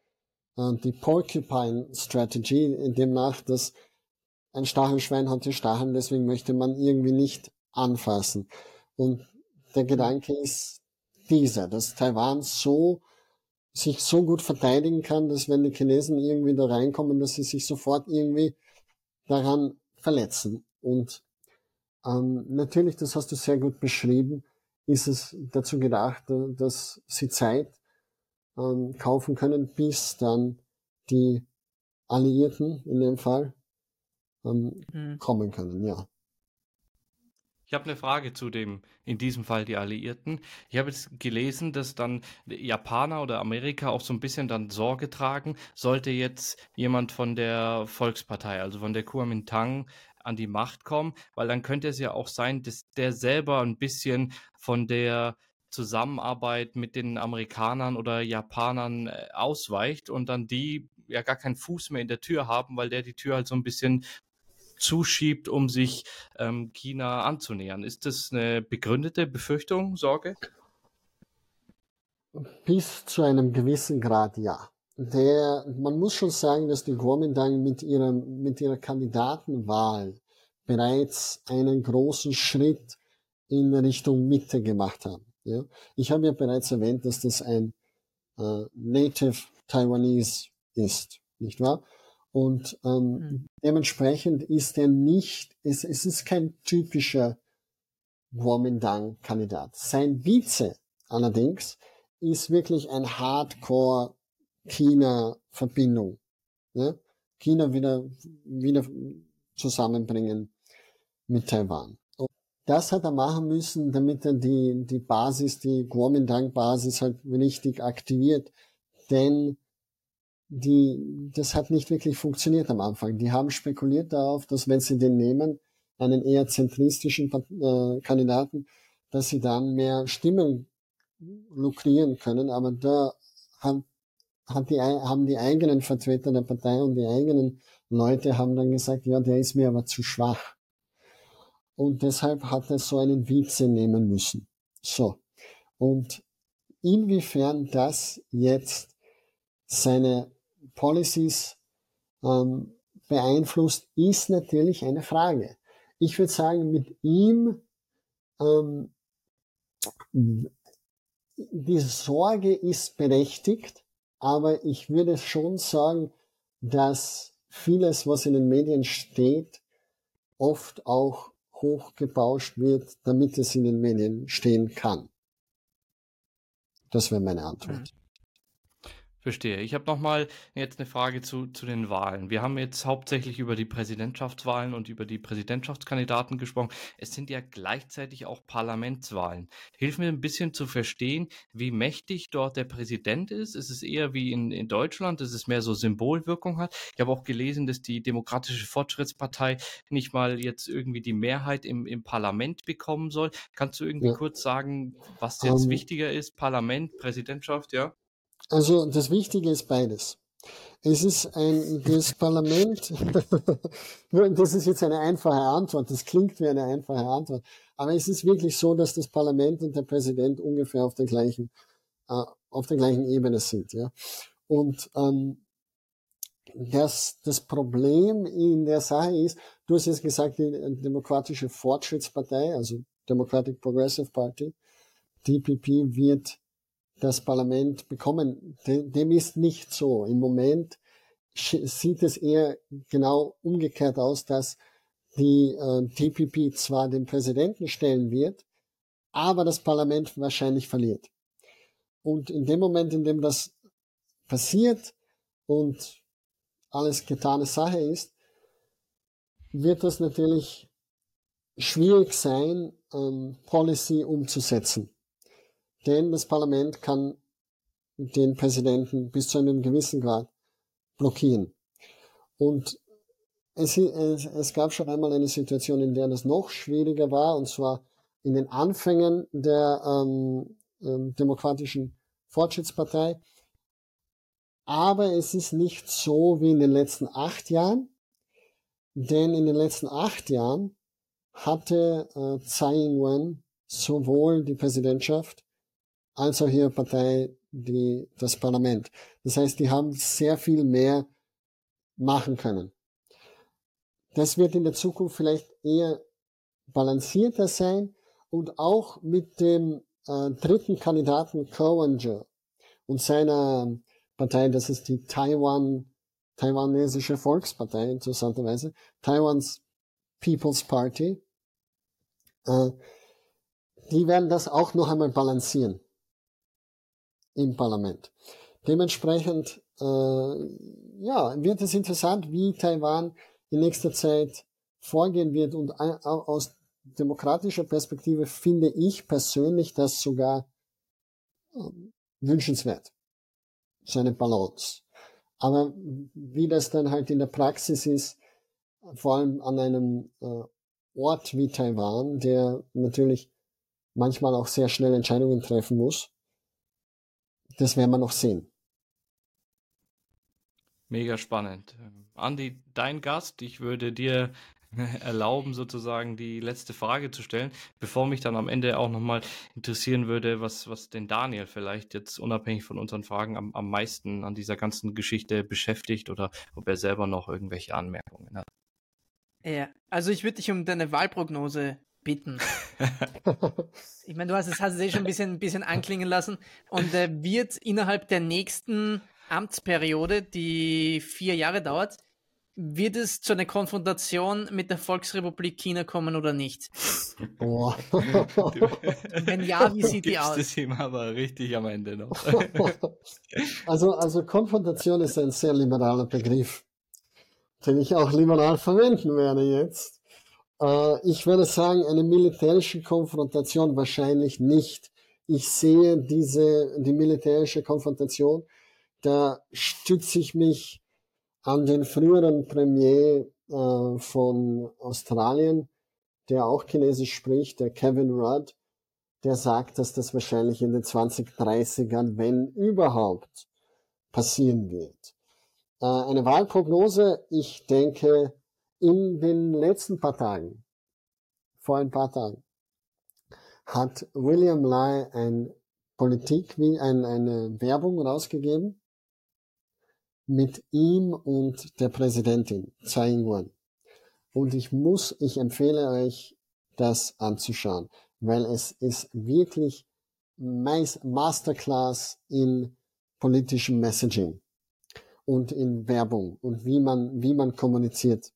äh, die Porcupine Strategy, demnach, dass ein Stachelschwein hat die Stacheln, deswegen möchte man irgendwie nicht anfassen. Und der Gedanke ist dieser, dass Taiwan so sich so gut verteidigen kann, dass wenn die Chinesen irgendwie da reinkommen, dass sie sich sofort irgendwie daran verletzen. Und ähm, natürlich, das hast du sehr gut beschrieben, ist es dazu gedacht, dass sie Zeit ähm, kaufen können, bis dann die Alliierten in dem Fall ähm, mhm. kommen können, ja. Ich habe eine Frage zu dem, in diesem Fall die Alliierten. Ich habe jetzt gelesen, dass dann Japaner oder Amerika auch so ein bisschen dann Sorge tragen, sollte jetzt jemand von der Volkspartei, also von der Kuomintang, an die Macht kommen, weil dann könnte es ja auch sein, dass der selber ein bisschen von der Zusammenarbeit mit den Amerikanern oder Japanern ausweicht und dann die ja gar keinen Fuß mehr in der Tür haben, weil der die Tür halt so ein bisschen zuschiebt, um sich ähm, China anzunähern. Ist das eine begründete Befürchtung, Sorge? Bis zu einem gewissen Grad, ja. Der, man muss schon sagen, dass die Kuomintang mit ihrer, mit ihrer Kandidatenwahl bereits einen großen Schritt in Richtung Mitte gemacht haben. Ja? Ich habe ja bereits erwähnt, dass das ein äh, Native Taiwanese ist, nicht wahr? Und ähm, Mhm. dementsprechend ist er nicht, es, es ist kein typischer Kuomintang-Kandidat. Sein Vize allerdings ist wirklich ein Hardcore-China-Verbindung. Ne? China wieder, wieder zusammenbringen mit Taiwan. Und das hat er machen müssen, damit er die, die Basis, die Kuomintang-Basis halt richtig aktiviert. Denn die, das hat nicht wirklich funktioniert am Anfang. Die haben spekuliert darauf, dass wenn sie den nehmen, einen eher zentristischen äh, Kandidaten, dass sie dann mehr Stimmen lukrieren können. Aber da haben, hat die, haben die eigenen Vertreter der Partei und die eigenen Leute haben dann gesagt, ja, der ist mir aber zu schwach. Und deshalb hat er so einen Vize nehmen müssen. So. Und inwiefern das jetzt seine Policies ähm, beeinflusst, ist natürlich eine Frage. Ich würde sagen, mit ihm ähm, die Sorge ist berechtigt, aber ich würde schon sagen, dass vieles, was in den Medien steht, oft auch hochgebauscht wird, damit es in den Medien stehen kann. Das wäre meine Antwort. Mhm. Verstehe. Ich habe nochmal jetzt eine Frage zu, zu den Wahlen. Wir haben jetzt hauptsächlich über die Präsidentschaftswahlen und über die Präsidentschaftskandidaten gesprochen. Es sind ja gleichzeitig auch Parlamentswahlen. Hilf mir ein bisschen zu verstehen, wie mächtig dort der Präsident ist. Ist es eher wie in, in Deutschland, dass es mehr so Symbolwirkung hat? Ich habe auch gelesen, dass die Demokratische Fortschrittspartei nicht mal jetzt irgendwie die Mehrheit im, im Parlament bekommen soll. Kannst du irgendwie Ja. kurz sagen, was jetzt Ähm, wichtiger ist? Parlament, Präsidentschaft, ja? Also das Wichtige ist beides. Es ist ein, das Parlament, das ist jetzt eine einfache Antwort, das klingt wie eine einfache Antwort, aber es ist wirklich so, dass das Parlament und der Präsident ungefähr auf der gleichen, äh, auf der gleichen Ebene sind, ja. Und ähm, das, das Problem in der Sache ist, du hast jetzt gesagt, die Demokratische Fortschrittspartei, also Democratic Progressive Party, D P P, wird das Parlament bekommen. Dem ist nicht so. Im Moment sieht es eher genau umgekehrt aus, dass die äh, T P P zwar den Präsidenten stellen wird, aber das Parlament wahrscheinlich verliert. Und in dem Moment, in dem das passiert und alles getane Sache ist, wird das natürlich schwierig sein, ähm, Policy umzusetzen. Denn das Parlament kann den Präsidenten bis zu einem gewissen Grad blockieren. Und es, es, es gab schon einmal eine Situation, in der das noch schwieriger war, und zwar in den Anfängen der ähm, ähm, Demokratischen Fortschrittspartei. Aber es ist nicht so wie in den letzten acht Jahren, denn in den letzten acht Jahren hatte äh, Tsai Ing-wen sowohl die Präsidentschaft als auch ihre Partei die, das Parlament. Das heißt, die haben sehr viel mehr machen können. Das wird in der Zukunft vielleicht eher balancierter sein und auch mit dem äh, dritten Kandidaten Kowanger und seiner Partei, das ist die Taiwan, taiwanesische Volkspartei, interessanterweise, Taiwans People's Party, äh, die werden das auch noch einmal balancieren im Parlament. Dementsprechend äh, ja, wird es interessant, wie Taiwan in nächster Zeit vorgehen wird, und aus demokratischer Perspektive finde ich persönlich das sogar äh, wünschenswert, so eine Balance. Aber wie das dann halt in der Praxis ist, vor allem an einem äh, Ort wie Taiwan, der natürlich manchmal auch sehr schnell Entscheidungen treffen muss, das werden wir noch sehen. Mega spannend. Ähm, Andi, dein Gast, ich würde dir erlauben, sozusagen die letzte Frage zu stellen, bevor mich dann am Ende auch nochmal interessieren würde, was, was den Daniel vielleicht jetzt unabhängig von unseren Fragen am, am meisten an dieser ganzen Geschichte beschäftigt oder ob er selber noch irgendwelche Anmerkungen hat. Ja, also ich würde dich um deine Wahlprognose bitten. Ich meine, du hast es, hast es eh schon ein bisschen, ein bisschen anklingen lassen, und äh, wird innerhalb der nächsten Amtsperiode, die vier Jahre dauert, wird es zu einer Konfrontation mit der Volksrepublik China kommen oder nicht? Oh. Wenn ja, wie sieht die Gibst aus? es ihm aber richtig am Ende noch. Also, also Konfrontation ist ein sehr liberaler Begriff, den ich auch liberal verwenden werde jetzt. Äh, ich würde sagen, eine militärische Konfrontation wahrscheinlich nicht. Ich sehe diese, die militärische Konfrontation, da stütze ich mich an den früheren Premier äh, von Australien, der auch Chinesisch spricht, der Kevin Rudd, der sagt, dass das wahrscheinlich in den zwanzig dreißigern, wenn überhaupt, passieren wird. Äh, eine Wahlprognose, ich denke, in den letzten paar Tagen, vor ein paar Tagen, hat William Lai ein Politik, wie ein, eine Werbung rausgegeben mit ihm und der Präsidentin Tsai Ing-wen. Und ich muss, ich empfehle euch, das anzuschauen, weil es ist wirklich Masterclass in politischem Messaging und in Werbung und wie man, wie man kommuniziert.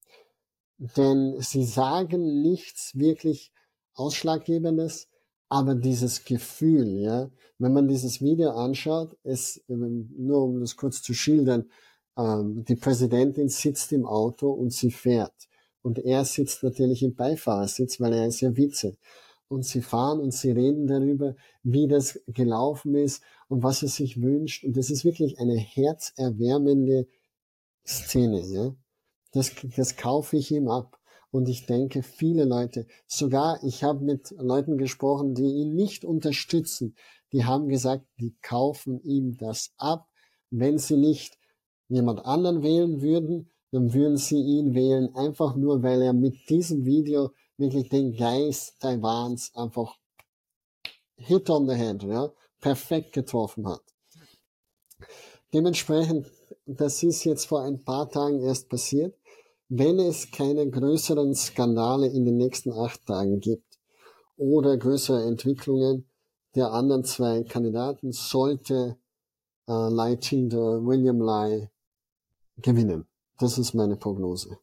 Denn sie sagen nichts wirklich Ausschlaggebendes, aber dieses Gefühl, ja, wenn man dieses Video anschaut, es, nur um das kurz zu schildern, ähm, die Präsidentin sitzt im Auto und sie fährt. Und er sitzt natürlich im Beifahrersitz, weil er ist ja Vize. Und sie fahren und sie reden darüber, wie das gelaufen ist und was er sich wünscht. Und das ist wirklich eine herzerwärmende Szene, ja. Das, das kaufe ich ihm ab. Und ich denke, viele Leute, sogar ich habe mit Leuten gesprochen, die ihn nicht unterstützen, die haben gesagt, die kaufen ihm das ab. Wenn sie nicht jemand anderen wählen würden, dann würden sie ihn wählen, einfach nur, weil er mit diesem Video wirklich den Geist Taiwans einfach hit on the head, ja, perfekt getroffen hat. Dementsprechend, das ist jetzt vor ein paar Tagen erst passiert. Wenn es keine größeren Skandale in den nächsten acht Tagen gibt oder größere Entwicklungen der anderen zwei Kandidaten, sollte äh, Lai Ching-te, William Lai, gewinnen. Das ist meine Prognose.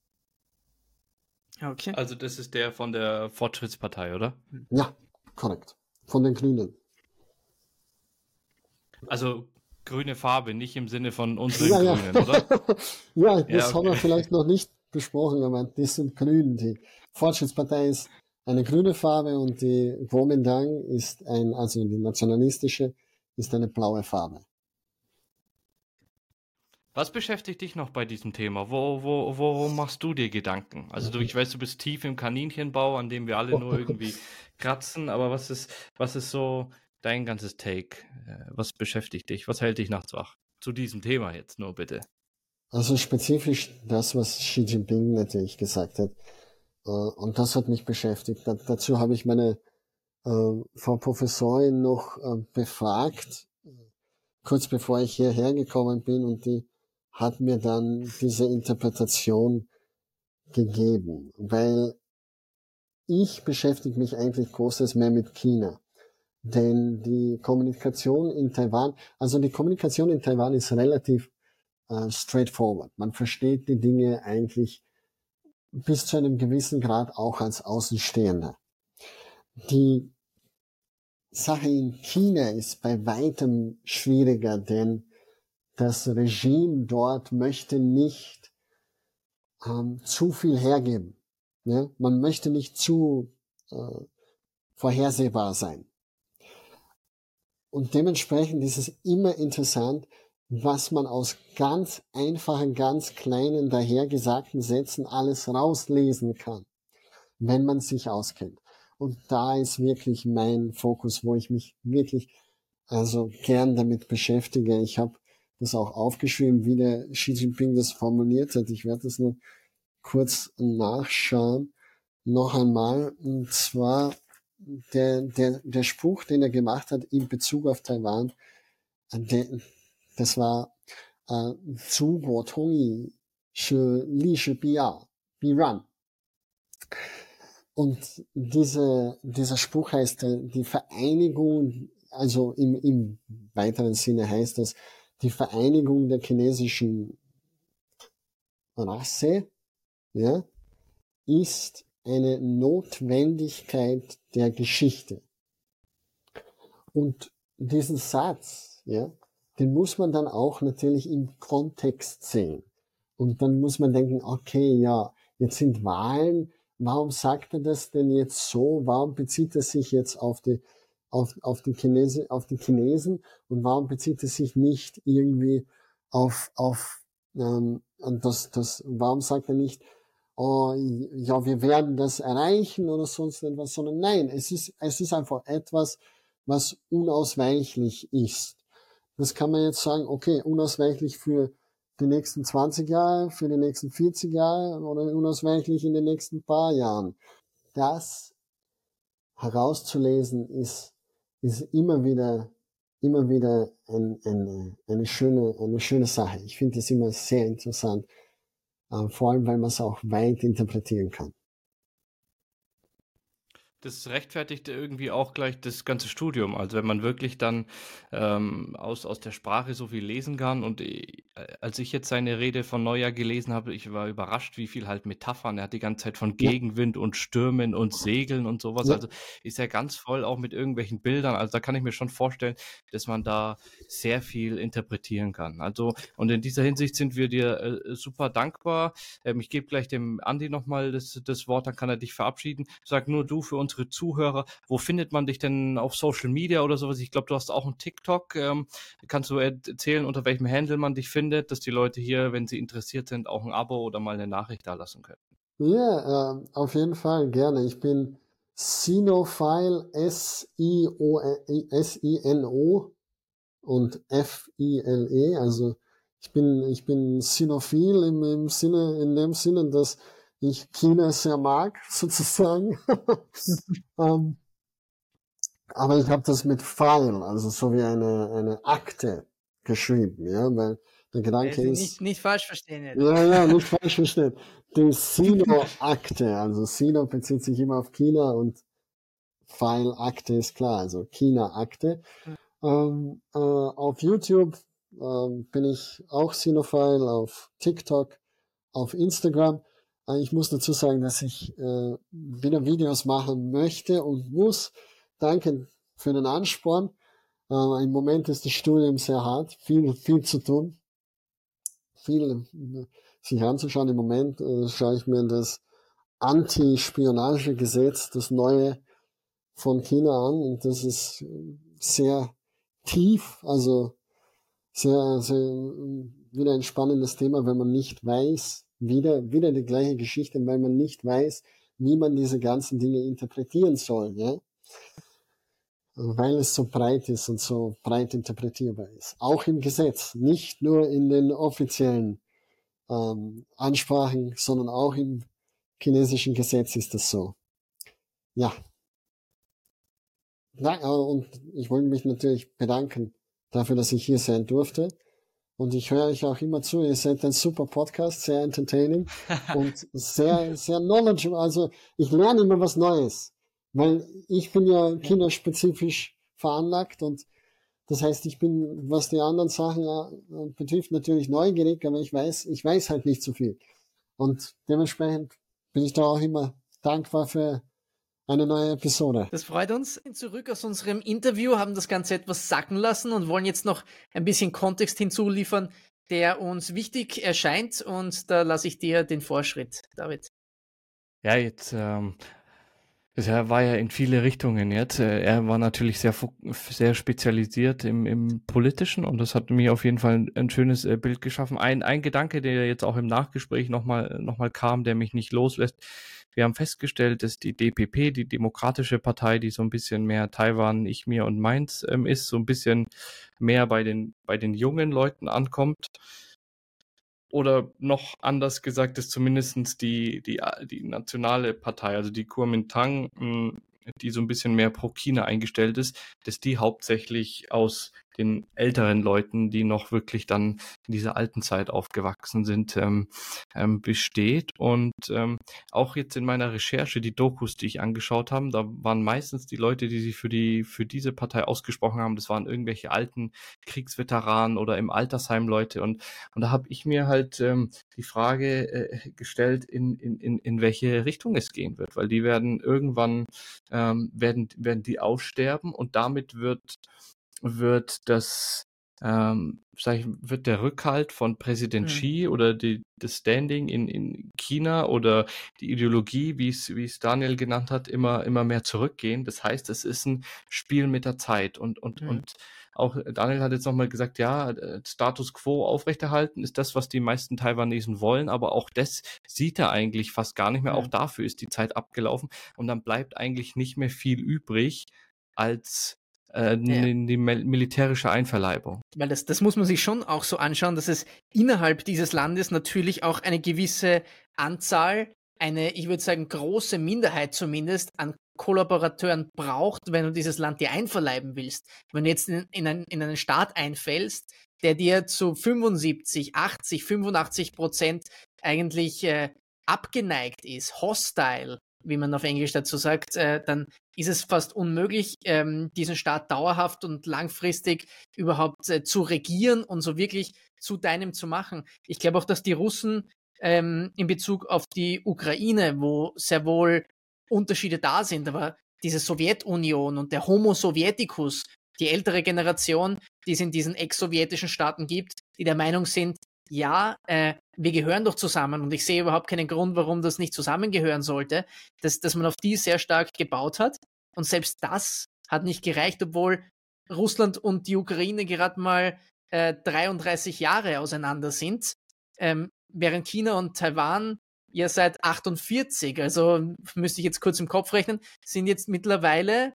Okay. Also das ist der von der Fortschrittspartei, oder? Ja, korrekt. Von den Grünen. Also grüne Farbe, nicht im Sinne von unseren Ja, ja. Grünen, oder? Ja, das Ja, haben wir okay. vielleicht noch nicht besprochen, aber die sind grün. Die Fortschrittspartei ist eine grüne Farbe und die Kuomintang ist ein, also die nationalistische, ist eine blaue Farbe. Was beschäftigt dich noch bei diesem Thema? Wo, wo, worum machst du dir Gedanken? Also du, ich weiß, du bist tief im Kaninchenbau, an dem wir alle nur irgendwie kratzen, aber was ist, was ist so dein ganzes Take? Äh, Was beschäftigt dich? Was hält dich nachts wach? Zu diesem Thema jetzt nur bitte. Also spezifisch das, was Xi Jinping natürlich gesagt hat. Äh, Und das hat mich beschäftigt. Da, dazu habe ich meine äh, Frau Professorin noch äh, befragt, kurz bevor ich hierher gekommen bin, und die hat mir dann diese Interpretation gegeben, weil ich beschäftige mich eigentlich großes mehr mit China. Denn die Kommunikation in Taiwan, also die Kommunikation in Taiwan ist relativ äh, straightforward. Man versteht die Dinge eigentlich bis zu einem gewissen Grad auch als Außenstehender. Die Sache in China ist bei weitem schwieriger, denn das Regime dort möchte nicht ähm, zu viel hergeben. Ne? Man möchte nicht zu äh, vorhersehbar sein. Und dementsprechend ist es immer interessant, was man aus ganz einfachen, ganz kleinen, dahergesagten Sätzen alles rauslesen kann, wenn man sich auskennt. Und da ist wirklich mein Fokus, wo ich mich wirklich also gern damit beschäftige. Ich habe das auch aufgeschrieben, wie der Xi Jinping das formuliert hat. Ich werde das nur kurz nachschauen. Noch einmal. Und zwar der, der, der Spruch, den er gemacht hat in Bezug auf Taiwan, der, das war äh, 祖国统一是历史必要必然. Und diese, dieser Spruch heißt, die Vereinigung, also im, im weiteren Sinne heißt das, die Vereinigung der chinesischen Rasse, ja, ist eine Notwendigkeit der Geschichte. Und diesen Satz, ja, den muss man dann auch natürlich im Kontext sehen. Und dann muss man denken, okay, ja, jetzt sind Wahlen, warum sagt er das denn jetzt so? Warum bezieht er sich jetzt auf die, auf, auf die Chinesen, auf die Chinesen? Und warum bezieht er sich nicht irgendwie auf, auf, ähm, das, das, warum sagt er nicht, oh, ja, wir werden das erreichen oder sonst etwas, sondern nein, es ist, es ist einfach etwas, was unausweichlich ist. Das kann man jetzt sagen, okay, unausweichlich für die nächsten zwanzig Jahre, für die nächsten vierzig Jahre oder unausweichlich in den nächsten paar Jahren. Das herauszulesen ist, ist immer wieder, immer wieder ein, ein, eine schöne, eine schöne Sache. Ich finde das immer sehr interessant, äh, vor allem, weil man es auch weit interpretieren kann. Das rechtfertigt irgendwie auch gleich das ganze Studium. Also wenn man wirklich dann ähm, aus, aus der Sprache so viel lesen kann. Und äh, als ich jetzt seine Rede von Neujahr gelesen habe, ich war überrascht, wie viel halt Metaphern. Er hat die ganze Zeit von Ja. Gegenwind und Stürmen und Segeln und sowas. Ja. Also ist er ganz voll auch mit irgendwelchen Bildern. Also da kann ich mir schon vorstellen, dass man da sehr viel interpretieren kann. Also und in dieser Hinsicht sind wir dir äh, super dankbar. Ähm, ich gebe gleich dem Andi nochmal das, das Wort, dann kann er dich verabschieden. Sag nur du für unsere Zuhörer, wo findet man dich denn auf Social Media oder sowas? Ich glaube, du hast auch einen TikTok. Ähm, kannst du erzählen, unter welchem Handle man dich findet, dass die Leute hier, wenn sie interessiert sind, auch ein Abo oder mal eine Nachricht da lassen können? Ja, äh, auf jeden Fall gerne. Ich bin Sinophile, S I O S I N O und F I L E, also ich bin, ich bin Sinophil im, im Sinne, in dem Sinne, dass ich China sehr mag, sozusagen. ähm, aber ich habe das mit File, also so wie eine, eine Akte geschrieben, ja, weil der Gedanke Also ist... nicht, nicht falsch verstehen jetzt. Ja, ja, nicht falsch verstehen. Die Sino-Akte, also Sino bezieht sich immer auf China und File-Akte ist klar, also China-Akte. Ähm, äh, auf YouTube ähm, bin ich auch Sinophile, auf TikTok, auf Instagram. Äh, ich muss dazu sagen, dass ich äh, wieder Videos machen möchte und muss. Danke für den Ansporn. Äh, im Moment ist das Studium sehr hart, viel, viel zu tun, viel äh, sich anzuschauen. Im Moment äh, schaue ich mir das Anti-Spionage-Gesetz, das neue von China an, und das ist sehr tief, also sehr, sehr wieder ein spannendes Thema, wenn man nicht weiß, wieder, wieder die gleiche Geschichte, weil man nicht weiß, wie man diese ganzen Dinge interpretieren soll, ja, weil es so breit ist und so breit interpretierbar ist. Auch im Gesetz, nicht nur in den offiziellen ähm, Ansprachen, sondern auch im chinesischen Gesetz ist das so. Ja. Na, äh, und ich wollte mich natürlich bedanken dafür, dass ich hier sein durfte. Und ich höre euch auch immer zu. Ihr seid ein super Podcast, sehr entertaining und sehr, sehr knowledgeable. Also ich lerne immer was Neues, weil ich bin ja kinderspezifisch veranlagt, und das heißt, ich bin, was die anderen Sachen äh, betrifft, natürlich neugierig, aber ich weiß, ich weiß halt nicht so viel. Und dementsprechend bin ich da auch immer dankbar für eine neue Episode. Das freut uns. Zurück aus unserem Interview, haben das Ganze etwas sacken lassen und wollen jetzt noch ein bisschen Kontext hinzuliefern, der uns wichtig erscheint, und da lasse ich dir den Vorschritt, David. Ja, jetzt ähm, er war ja in viele Richtungen jetzt. Äh, Er war natürlich sehr, sehr spezialisiert im, im Politischen, und das hat mir auf jeden Fall ein, ein schönes äh, Bild geschaffen. Ein, ein Gedanke, der jetzt auch im Nachgespräch nochmal noch mal kam, der mich nicht loslässt. Wir haben festgestellt, dass die D P P, die Demokratische Partei, die so ein bisschen mehr Taiwan, ich, mir und meins ähm, ist, so ein bisschen mehr bei den, bei den jungen Leuten ankommt. Oder noch anders gesagt, ist zumindest die, die, die nationale Partei, also die Kuomintang, die so ein bisschen mehr pro China eingestellt ist, dass die hauptsächlich aus den älteren Leuten, die noch wirklich dann in dieser alten Zeit aufgewachsen sind, ähm, ähm, besteht. Und ähm, auch jetzt in meiner Recherche, die Dokus, die ich angeschaut habe, da waren meistens die Leute, die sich für die für diese Partei ausgesprochen haben, das waren irgendwelche alten Kriegsveteranen oder im Altersheim Leute. Und, und da habe ich mir halt ähm, die Frage äh, gestellt, in, in, in, in welche Richtung es gehen wird, weil die werden irgendwann ähm, werden, werden die aussterben und damit wird, wird das ähm, sag ich, wird der Rückhalt von Präsident Mhm. Xi oder die, das Standing in, in China oder die Ideologie, wie es, wie es Daniel genannt hat, immer, immer mehr zurückgehen. Das heißt, es ist ein Spiel mit der Zeit. Und, und, Mhm. und auch Daniel hat jetzt nochmal gesagt, ja, äh, Status quo aufrechterhalten ist das, was die meisten Taiwanesen wollen, aber auch das sieht er eigentlich fast gar nicht mehr. Auch Mhm. dafür ist die Zeit abgelaufen und dann bleibt eigentlich nicht mehr viel übrig als äh, Ja. die, die mil- militärische Einverleibung. Weil das, das muss man sich schon auch so anschauen, dass es innerhalb dieses Landes natürlich auch eine gewisse Anzahl, eine, ich würde sagen, große Minderheit zumindest an Kollaborateuren braucht, wenn du dieses Land dir einverleiben willst. Wenn du jetzt in, in, einen, in einen Staat einfällst, der dir zu fünfundsiebzig, achtzig, fünfundachtzig Prozent eigentlich äh, abgeneigt ist, hostile, wie man auf Englisch dazu sagt, äh, dann ist es fast unmöglich, ähm, diesen Staat dauerhaft und langfristig überhaupt äh, zu regieren und so wirklich zu deinem zu machen. Ich glaube auch, dass die Russen ähm, in Bezug auf die Ukraine, wo sehr wohl Unterschiede da sind, aber diese Sowjetunion und der Homo Sovieticus, die ältere Generation, die es in diesen ex-sowjetischen Staaten gibt, die der Meinung sind, ja, äh, wir gehören doch zusammen und ich sehe überhaupt keinen Grund, warum das nicht zusammengehören sollte, dass, dass man auf die sehr stark gebaut hat. Und selbst das hat nicht gereicht, obwohl Russland und die Ukraine gerade mal äh, dreiunddreißig Jahre auseinander sind, ähm, während China und Taiwan ja seit achtundvierzig, also müsste ich jetzt kurz im Kopf rechnen, sind jetzt mittlerweile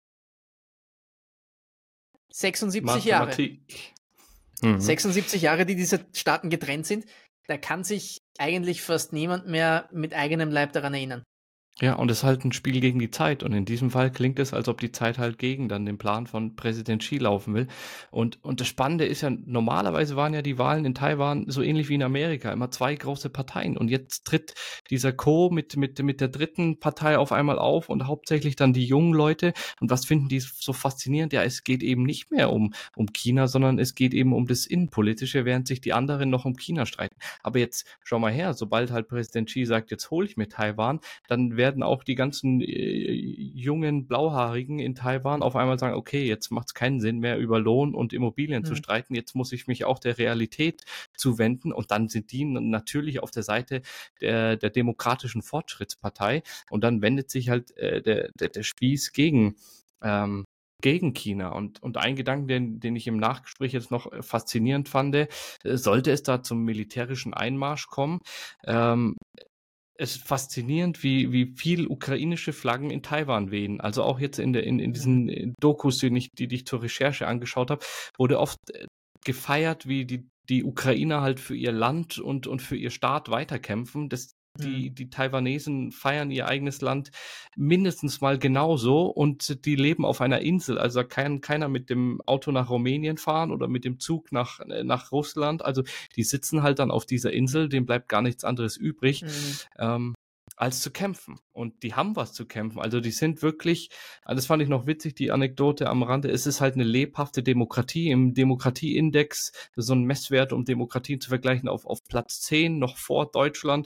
sechsundsiebzig Jahre. Mathematik. Mhm. sechsundsiebzig Jahre, die diese Staaten getrennt sind, da kann sich eigentlich fast niemand mehr mit eigenem Leib daran erinnern. Ja, und es ist halt ein Spiel gegen die Zeit. Und in diesem Fall klingt es, als ob die Zeit halt gegen dann den Plan von Präsident Xi laufen will. Und, und das Spannende ist ja, normalerweise waren ja die Wahlen in Taiwan so ähnlich wie in Amerika, immer zwei große Parteien. Und jetzt tritt dieser Co. mit, mit, mit der dritten Partei auf einmal auf und hauptsächlich dann die jungen Leute. Und was finden die so faszinierend? Ja, es geht eben nicht mehr um, um China, sondern es geht eben um das Innenpolitische, während sich die anderen noch um China streiten. Aber jetzt schau mal her, sobald halt Präsident Xi sagt, jetzt hole ich mir Taiwan, dann werden auch die ganzen äh, jungen Blauhaarigen in Taiwan auf einmal sagen, okay, jetzt macht es keinen Sinn mehr, über Lohn und Immobilien Mhm. zu streiten, jetzt muss ich mich auch der Realität zuwenden und dann sind die natürlich auf der Seite der, der Demokratischen Fortschrittspartei und dann wendet sich halt äh, der, der, der Spieß gegen ähm, gegen China. Und, und ein Gedanke, den, den ich im Nachgespräch jetzt noch faszinierend fand, äh, sollte es da zum militärischen Einmarsch kommen, ähm, es ist faszinierend, wie, wie viel ukrainische Flaggen in Taiwan wehen. Also auch jetzt in, der, in, in diesen Dokus, die ich, die ich zur Recherche angeschaut habe, wurde oft gefeiert, wie die, die Ukrainer halt für ihr Land und, und für ihr Staat weiterkämpfen. Das, die, die Taiwanesen feiern ihr eigenes Land mindestens mal genauso und die leben auf einer Insel. Also da kann keiner mit dem Auto nach Rumänien fahren oder mit dem Zug nach, nach Russland. Also die sitzen halt dann auf dieser Insel, denen bleibt gar nichts anderes übrig. Mhm. Ähm, als zu kämpfen. Und die haben was zu kämpfen. Also die sind wirklich, das fand ich noch witzig, die Anekdote am Rande, es ist halt eine lebhafte Demokratie. Im Demokratieindex, so ein Messwert, um Demokratien zu vergleichen, auf, auf Platz zehn, noch vor Deutschland.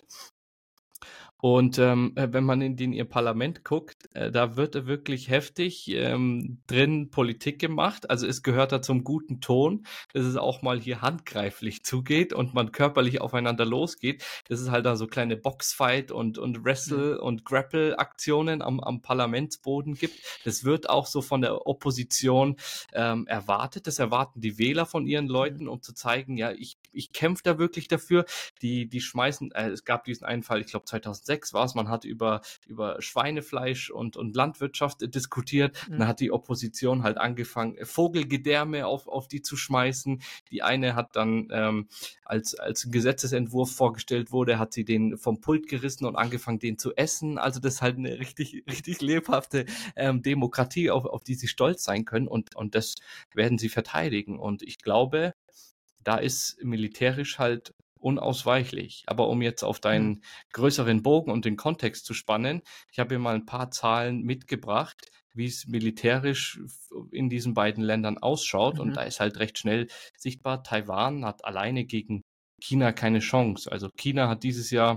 Und ähm, wenn man in, in ihr Parlament guckt, äh, da wird er wirklich heftig ähm, drin Politik gemacht. Also es gehört da zum guten Ton, dass es auch mal hier handgreiflich zugeht und man körperlich aufeinander losgeht. Das ist halt da so kleine Boxfight und, und Wrestle- und Grapple-Aktionen am, am Parlamentsboden gibt. Das wird auch so von der Opposition ähm, erwartet. Das erwarten die Wähler von ihren Leuten, um zu zeigen, ja, ich, ich kämpfe da wirklich dafür. Die, die schmeißen, äh, es gab diesen einen Fall, ich glaube zweitausendsechzehn, zweitausendsechs war es, man hat über, über Schweinefleisch und, und Landwirtschaft diskutiert. Mhm. Dann hat die Opposition halt angefangen, Vogelgedärme auf, auf die zu schmeißen. Die eine hat dann, ähm, als, als ein Gesetzesentwurf vorgestellt wurde, hat sie den vom Pult gerissen und angefangen, den zu essen. Also das ist halt eine richtig, richtig lebhafte ähm, Demokratie, auf, auf die sie stolz sein können. Und, und das werden sie verteidigen. Und ich glaube, da ist militärisch halt unausweichlich. Aber um jetzt auf deinen mhm. größeren Bogen und den Kontext zu spannen, ich habe hier mal ein paar Zahlen mitgebracht, wie es militärisch in diesen beiden Ländern ausschaut. Mhm. Und da ist halt recht schnell sichtbar, Taiwan hat alleine gegen China keine Chance. Also China hat dieses Jahr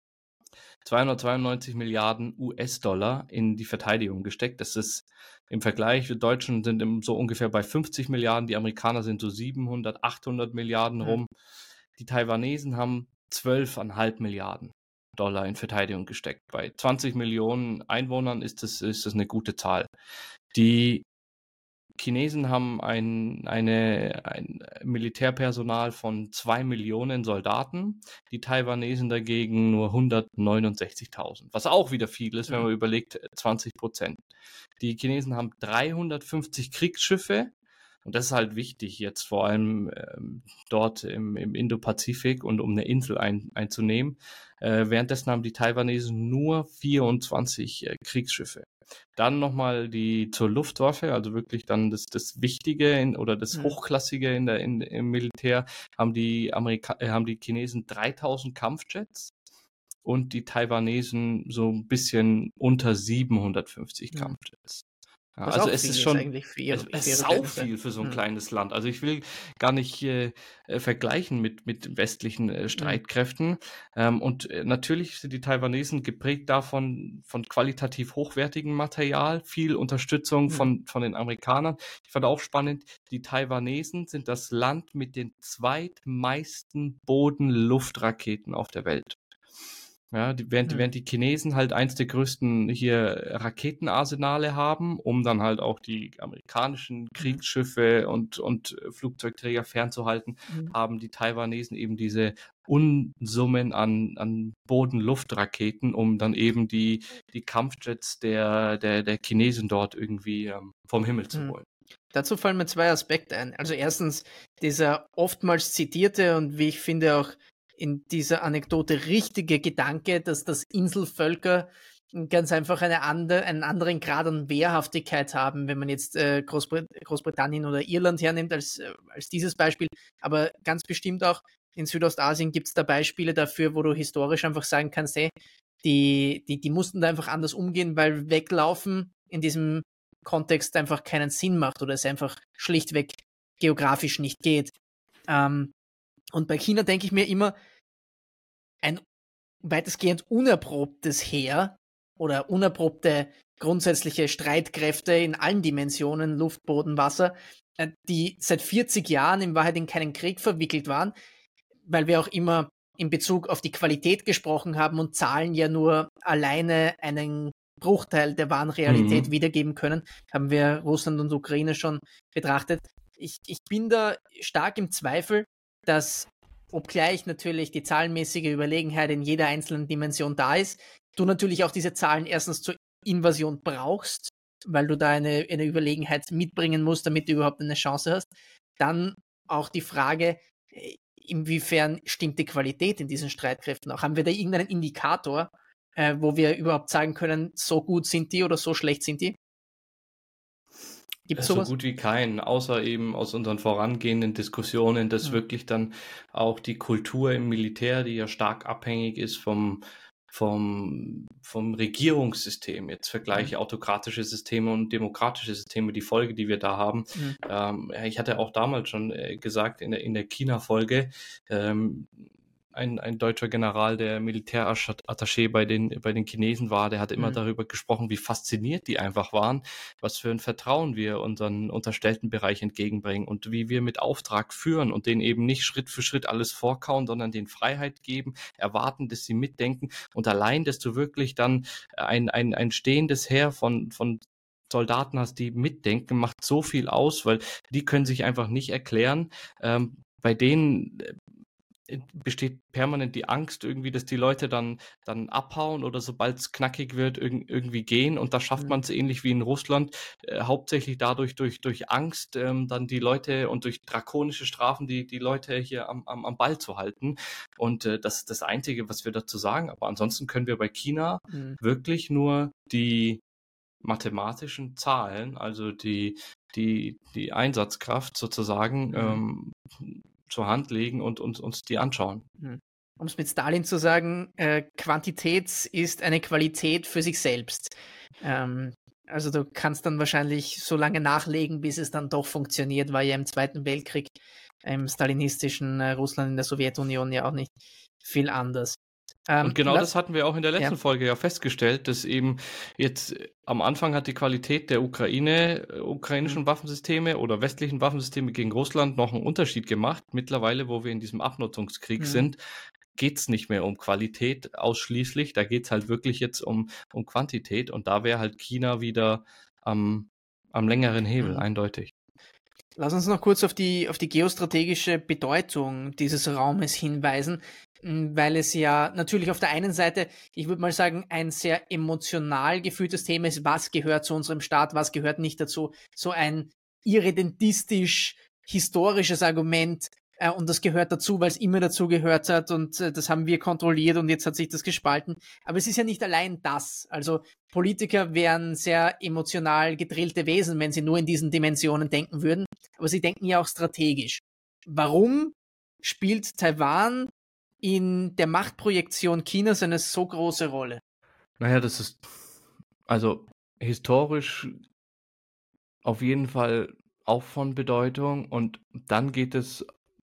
zweihundertzweiundneunzig Milliarden U S-Dollar in die Verteidigung gesteckt. Das ist im Vergleich, wir Deutschen sind so ungefähr bei fünfzig Milliarden, die Amerikaner sind so siebenhundert, achthundert Milliarden rum. Mhm. Die Taiwanesen haben zwölf Komma fünf Milliarden Dollar in Verteidigung gesteckt. Bei zwanzig Millionen Einwohnern ist das, ist das eine gute Zahl. Die Chinesen haben ein, eine, ein Militärpersonal von zwei Millionen Soldaten, die Taiwanesen dagegen nur hundertneunundsechzigtausend, was auch wieder viel ist, wenn man überlegt, zwanzig Prozent. Die Chinesen haben dreihundertfünfzig Kriegsschiffe und das ist halt wichtig jetzt, vor allem ähm, dort im, im Indo-Pazifik und um eine Insel ein, einzunehmen. Äh, währenddessen haben die Taiwanesen nur vierundzwanzig äh, Kriegsschiffe. Dann nochmal die zur Luftwaffe, also wirklich dann das, das Wichtige in, oder das Hochklassige in der, in, im Militär, haben die, Amerika äh, haben die Chinesen dreitausend Kampfjets und die Taiwanesen so ein bisschen unter siebenhundertfünfzig mhm. Kampfjets. Ja, Was also auch es viel ist schon, eigentlich für ihre, es, es für ist ihre sau viel für so ein hm. kleines Land. Also ich will gar nicht äh, vergleichen mit, mit westlichen äh, Streitkräften. Hm. Ähm, und äh, natürlich sind die Taiwanesen geprägt davon, von qualitativ hochwertigem Material, viel Unterstützung hm. von, von den Amerikanern. Ich fand auch spannend, die Taiwanesen sind das Land mit den zweitmeisten Boden-Luftraketen auf der Welt. Ja, die, während, hm. während die Chinesen halt eins der größten hier Raketenarsenale haben, um dann halt auch die amerikanischen Kriegsschiffe hm. und, und Flugzeugträger fernzuhalten, hm. haben die Taiwanesen eben diese Unsummen an, an Boden-Luft-Raketen, um dann eben die, die Kampfjets der, der, der Chinesen dort irgendwie ähm, vom Himmel zu holen. Hm. Dazu fallen mir zwei Aspekte ein. Also erstens dieser oftmals zitierte und wie ich finde auch in dieser Anekdote richtige Gedanke, dass das Inselvölker ganz einfach eine andere, einen anderen Grad an Wehrhaftigkeit haben, wenn man jetzt äh, Großbrit Großbritannien oder Irland hernimmt als, äh, als dieses Beispiel, aber ganz bestimmt auch in Südostasien gibt es da Beispiele dafür, wo du historisch einfach sagen kannst, hey, die, die, die mussten da einfach anders umgehen, weil weglaufen in diesem Kontext einfach keinen Sinn macht oder es einfach schlichtweg geografisch nicht geht. Ähm, Und bei China denke ich mir immer, ein weitestgehend unerprobtes Heer oder unerprobte grundsätzliche Streitkräfte in allen Dimensionen, Luft, Boden, Wasser, die seit vierzig Jahren in Wahrheit in keinen Krieg verwickelt waren, weil wir auch immer in Bezug auf die Qualität gesprochen haben und Zahlen ja nur alleine einen Bruchteil der wahren Realität mhm. wiedergeben können, haben wir Russland und Ukraine schon betrachtet. Ich, ich bin da stark im Zweifel, dass, obgleich natürlich die zahlenmäßige Überlegenheit in jeder einzelnen Dimension da ist, du natürlich auch diese Zahlen erstens zur Invasion brauchst, weil du da eine, eine Überlegenheit mitbringen musst, damit du überhaupt eine Chance hast. Dann auch die Frage, inwiefern stimmt die Qualität in diesen Streitkräften auch? Haben wir da irgendeinen Indikator, äh, wo wir überhaupt sagen können, so gut sind die oder so schlecht sind die? Gibt's sowas? So gut wie keinen, außer eben aus unseren vorangehenden Diskussionen, dass mhm. wirklich dann auch die Kultur im Militär, die ja stark abhängig ist vom, vom, vom Regierungssystem, jetzt vergleiche mhm. autokratische Systeme und demokratische Systeme, die Folge, die wir da haben. Mhm. Ähm, ich hatte auch damals schon äh, gesagt in der, in der China-Folge, ähm, Ein, ein deutscher General, der Militärattaché bei den, bei den Chinesen war, der hat immer mhm. darüber gesprochen, wie fasziniert die einfach waren, was für ein Vertrauen wir unseren unterstellten Bereich entgegenbringen und wie wir mit Auftrag führen und denen eben nicht Schritt für Schritt alles vorkauen, sondern denen Freiheit geben, erwarten, dass sie mitdenken und allein, dass du wirklich dann ein, ein, ein stehendes Heer von, von Soldaten hast, die mitdenken, macht so viel aus, weil die können sich einfach nicht erklären. Ähm, bei denen besteht permanent die Angst irgendwie, dass die Leute dann, dann abhauen oder sobald es knackig wird, irg irgendwie gehen. Und da schafft Mhm. man es ähnlich wie in Russland, äh, hauptsächlich dadurch durch, durch Angst, ähm, dann die Leute und durch drakonische Strafen die, die Leute hier am, am, am Ball zu halten. Und äh, das ist das Einzige, was wir dazu sagen. Aber ansonsten können wir bei China Mhm. wirklich nur die mathematischen Zahlen, also die, die, die Einsatzkraft sozusagen, Mhm. ähm, zur Hand legen und uns, uns die anschauen. Mhm. Um es mit Stalin zu sagen, äh, Quantität ist eine Qualität für sich selbst. Ähm, also du kannst dann wahrscheinlich so lange nachlegen, bis es dann doch funktioniert, war ja im Zweiten Weltkrieg, im stalinistischen äh, Russland in der Sowjetunion ja auch nicht viel anders. Ähm, Und genau la- das hatten wir auch in der letzten ja. Folge ja festgestellt, dass eben jetzt äh, am Anfang hat die Qualität der Ukraine, äh, ukrainischen Mhm. Waffensysteme oder westlichen Waffensysteme gegen Russland noch einen Unterschied gemacht. Mittlerweile, wo wir in diesem Abnutzungskrieg Mhm. sind, geht's nicht mehr um Qualität ausschließlich. Da geht's halt wirklich jetzt um, um Quantität. Und da wäre halt China wieder am, am längeren Hebel, Mhm. eindeutig. Lass uns noch kurz auf die, auf die geostrategische Bedeutung dieses Raumes hinweisen, m, weil es ja natürlich auf der einen Seite, ich würde mal sagen, ein sehr emotional geführtes Thema ist, was gehört zu unserem Staat, was gehört nicht dazu. So ein irredentistisch historisches Argument, äh, und das gehört dazu, weil es immer dazu gehört hat und äh, das haben wir kontrolliert und jetzt hat sich das gespalten. Aber es ist ja nicht allein das. Also Politiker wären sehr emotional gedrillte Wesen, wenn sie nur in diesen Dimensionen denken würden. Aber sie denken ja auch strategisch. Warum spielt Taiwan in der Machtprojektion Chinas eine so große Rolle? Naja, das ist also historisch auf jeden Fall auch von Bedeutung. Und dann geht es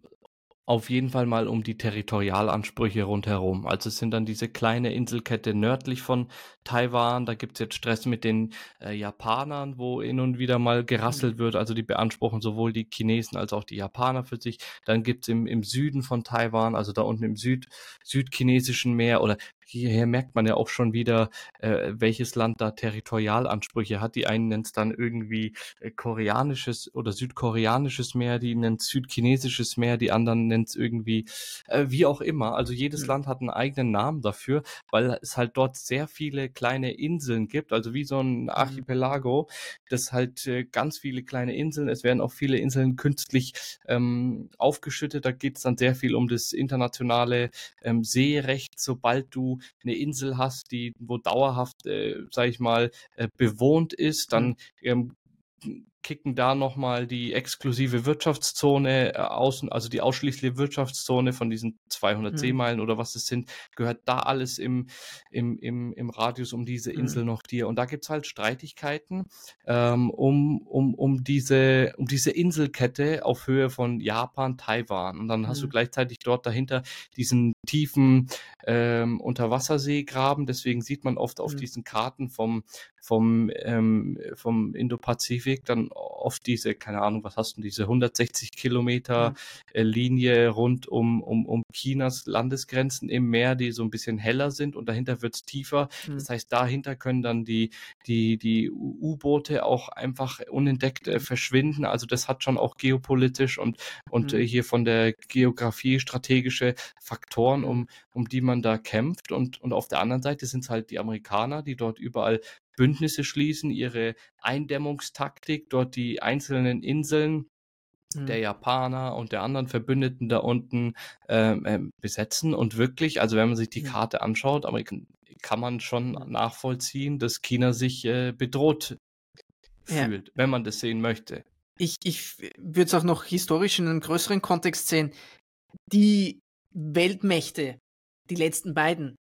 auf jeden Fall mal um die Territorialansprüche rundherum. Also es sind dann diese kleine Inselkette nördlich von Taiwan. Da gibt es jetzt Stress mit den äh, Japanern, wo hin und wieder mal gerasselt wird. Also die beanspruchen sowohl die Chinesen als auch die Japaner für sich. Dann gibt es im, im Süden von Taiwan, also da unten im Süd, südchinesischen Meer, oder hierher merkt man ja auch schon wieder, äh, welches Land da Territorialansprüche hat. Die einen nennt es dann irgendwie äh, koreanisches oder südkoreanisches Meer, die nennen es südchinesisches Meer, die anderen nennt es irgendwie äh, wie auch immer. Also jedes Hm. Land hat einen eigenen Namen dafür, weil es halt dort sehr viele kleine Inseln gibt, also wie so ein Archipelago, das halt äh, ganz viele kleine Inseln, es werden auch viele Inseln künstlich ähm, aufgeschüttet, da geht es dann sehr viel um das internationale ähm, Seerecht, sobald du eine Insel hast, die wo dauerhaft, äh, sag ich mal, äh, bewohnt ist, dann ähm, kicken da nochmal die exklusive Wirtschaftszone äh, außen, also die ausschließliche Wirtschaftszone von diesen zweihundert Hm. Seemeilen oder was es sind, gehört da alles im, im, im, im Radius um diese Insel Hm. noch dir. Und da gibt's halt Streitigkeiten ähm, um, um, um, diese, um diese Inselkette auf Höhe von Japan, Taiwan. Und dann hast du Hm. gleichzeitig dort dahinter diesen tiefen ähm, Unterwasserseegraben. Deswegen sieht man oft auf Hm. diesen Karten vom, vom, ähm, vom Indo-Pazifik dann oft diese, keine Ahnung, was hast du, diese hundertsechzig Kilometer Hm. äh, Linie rund um, um, um Chinas Landesgrenzen im Meer, die so ein bisschen heller sind und dahinter wird's tiefer. Hm. Das heißt, dahinter können dann die, die, die U-Boote auch einfach unentdeckt äh, verschwinden. Also das hat schon auch geopolitisch und, und Hm. äh, hier von der Geografie strategische Faktoren, Hm. um, um die man da kämpft. Und, und auf der anderen Seite sind es halt die Amerikaner, die dort überall Bündnisse schließen, ihre Eindämmungstaktik, dort die einzelnen Inseln Hm. der Japaner und der anderen Verbündeten da unten ähm, ähm, besetzen. Und wirklich, also wenn man sich die Hm. Karte anschaut, Amerika, kann man schon Hm. nachvollziehen, dass China sich äh, bedroht Ja. fühlt, wenn man das sehen möchte. Ich, ich würde es auch noch historisch in einem größeren Kontext sehen. Die Weltmächte, die letzten beiden,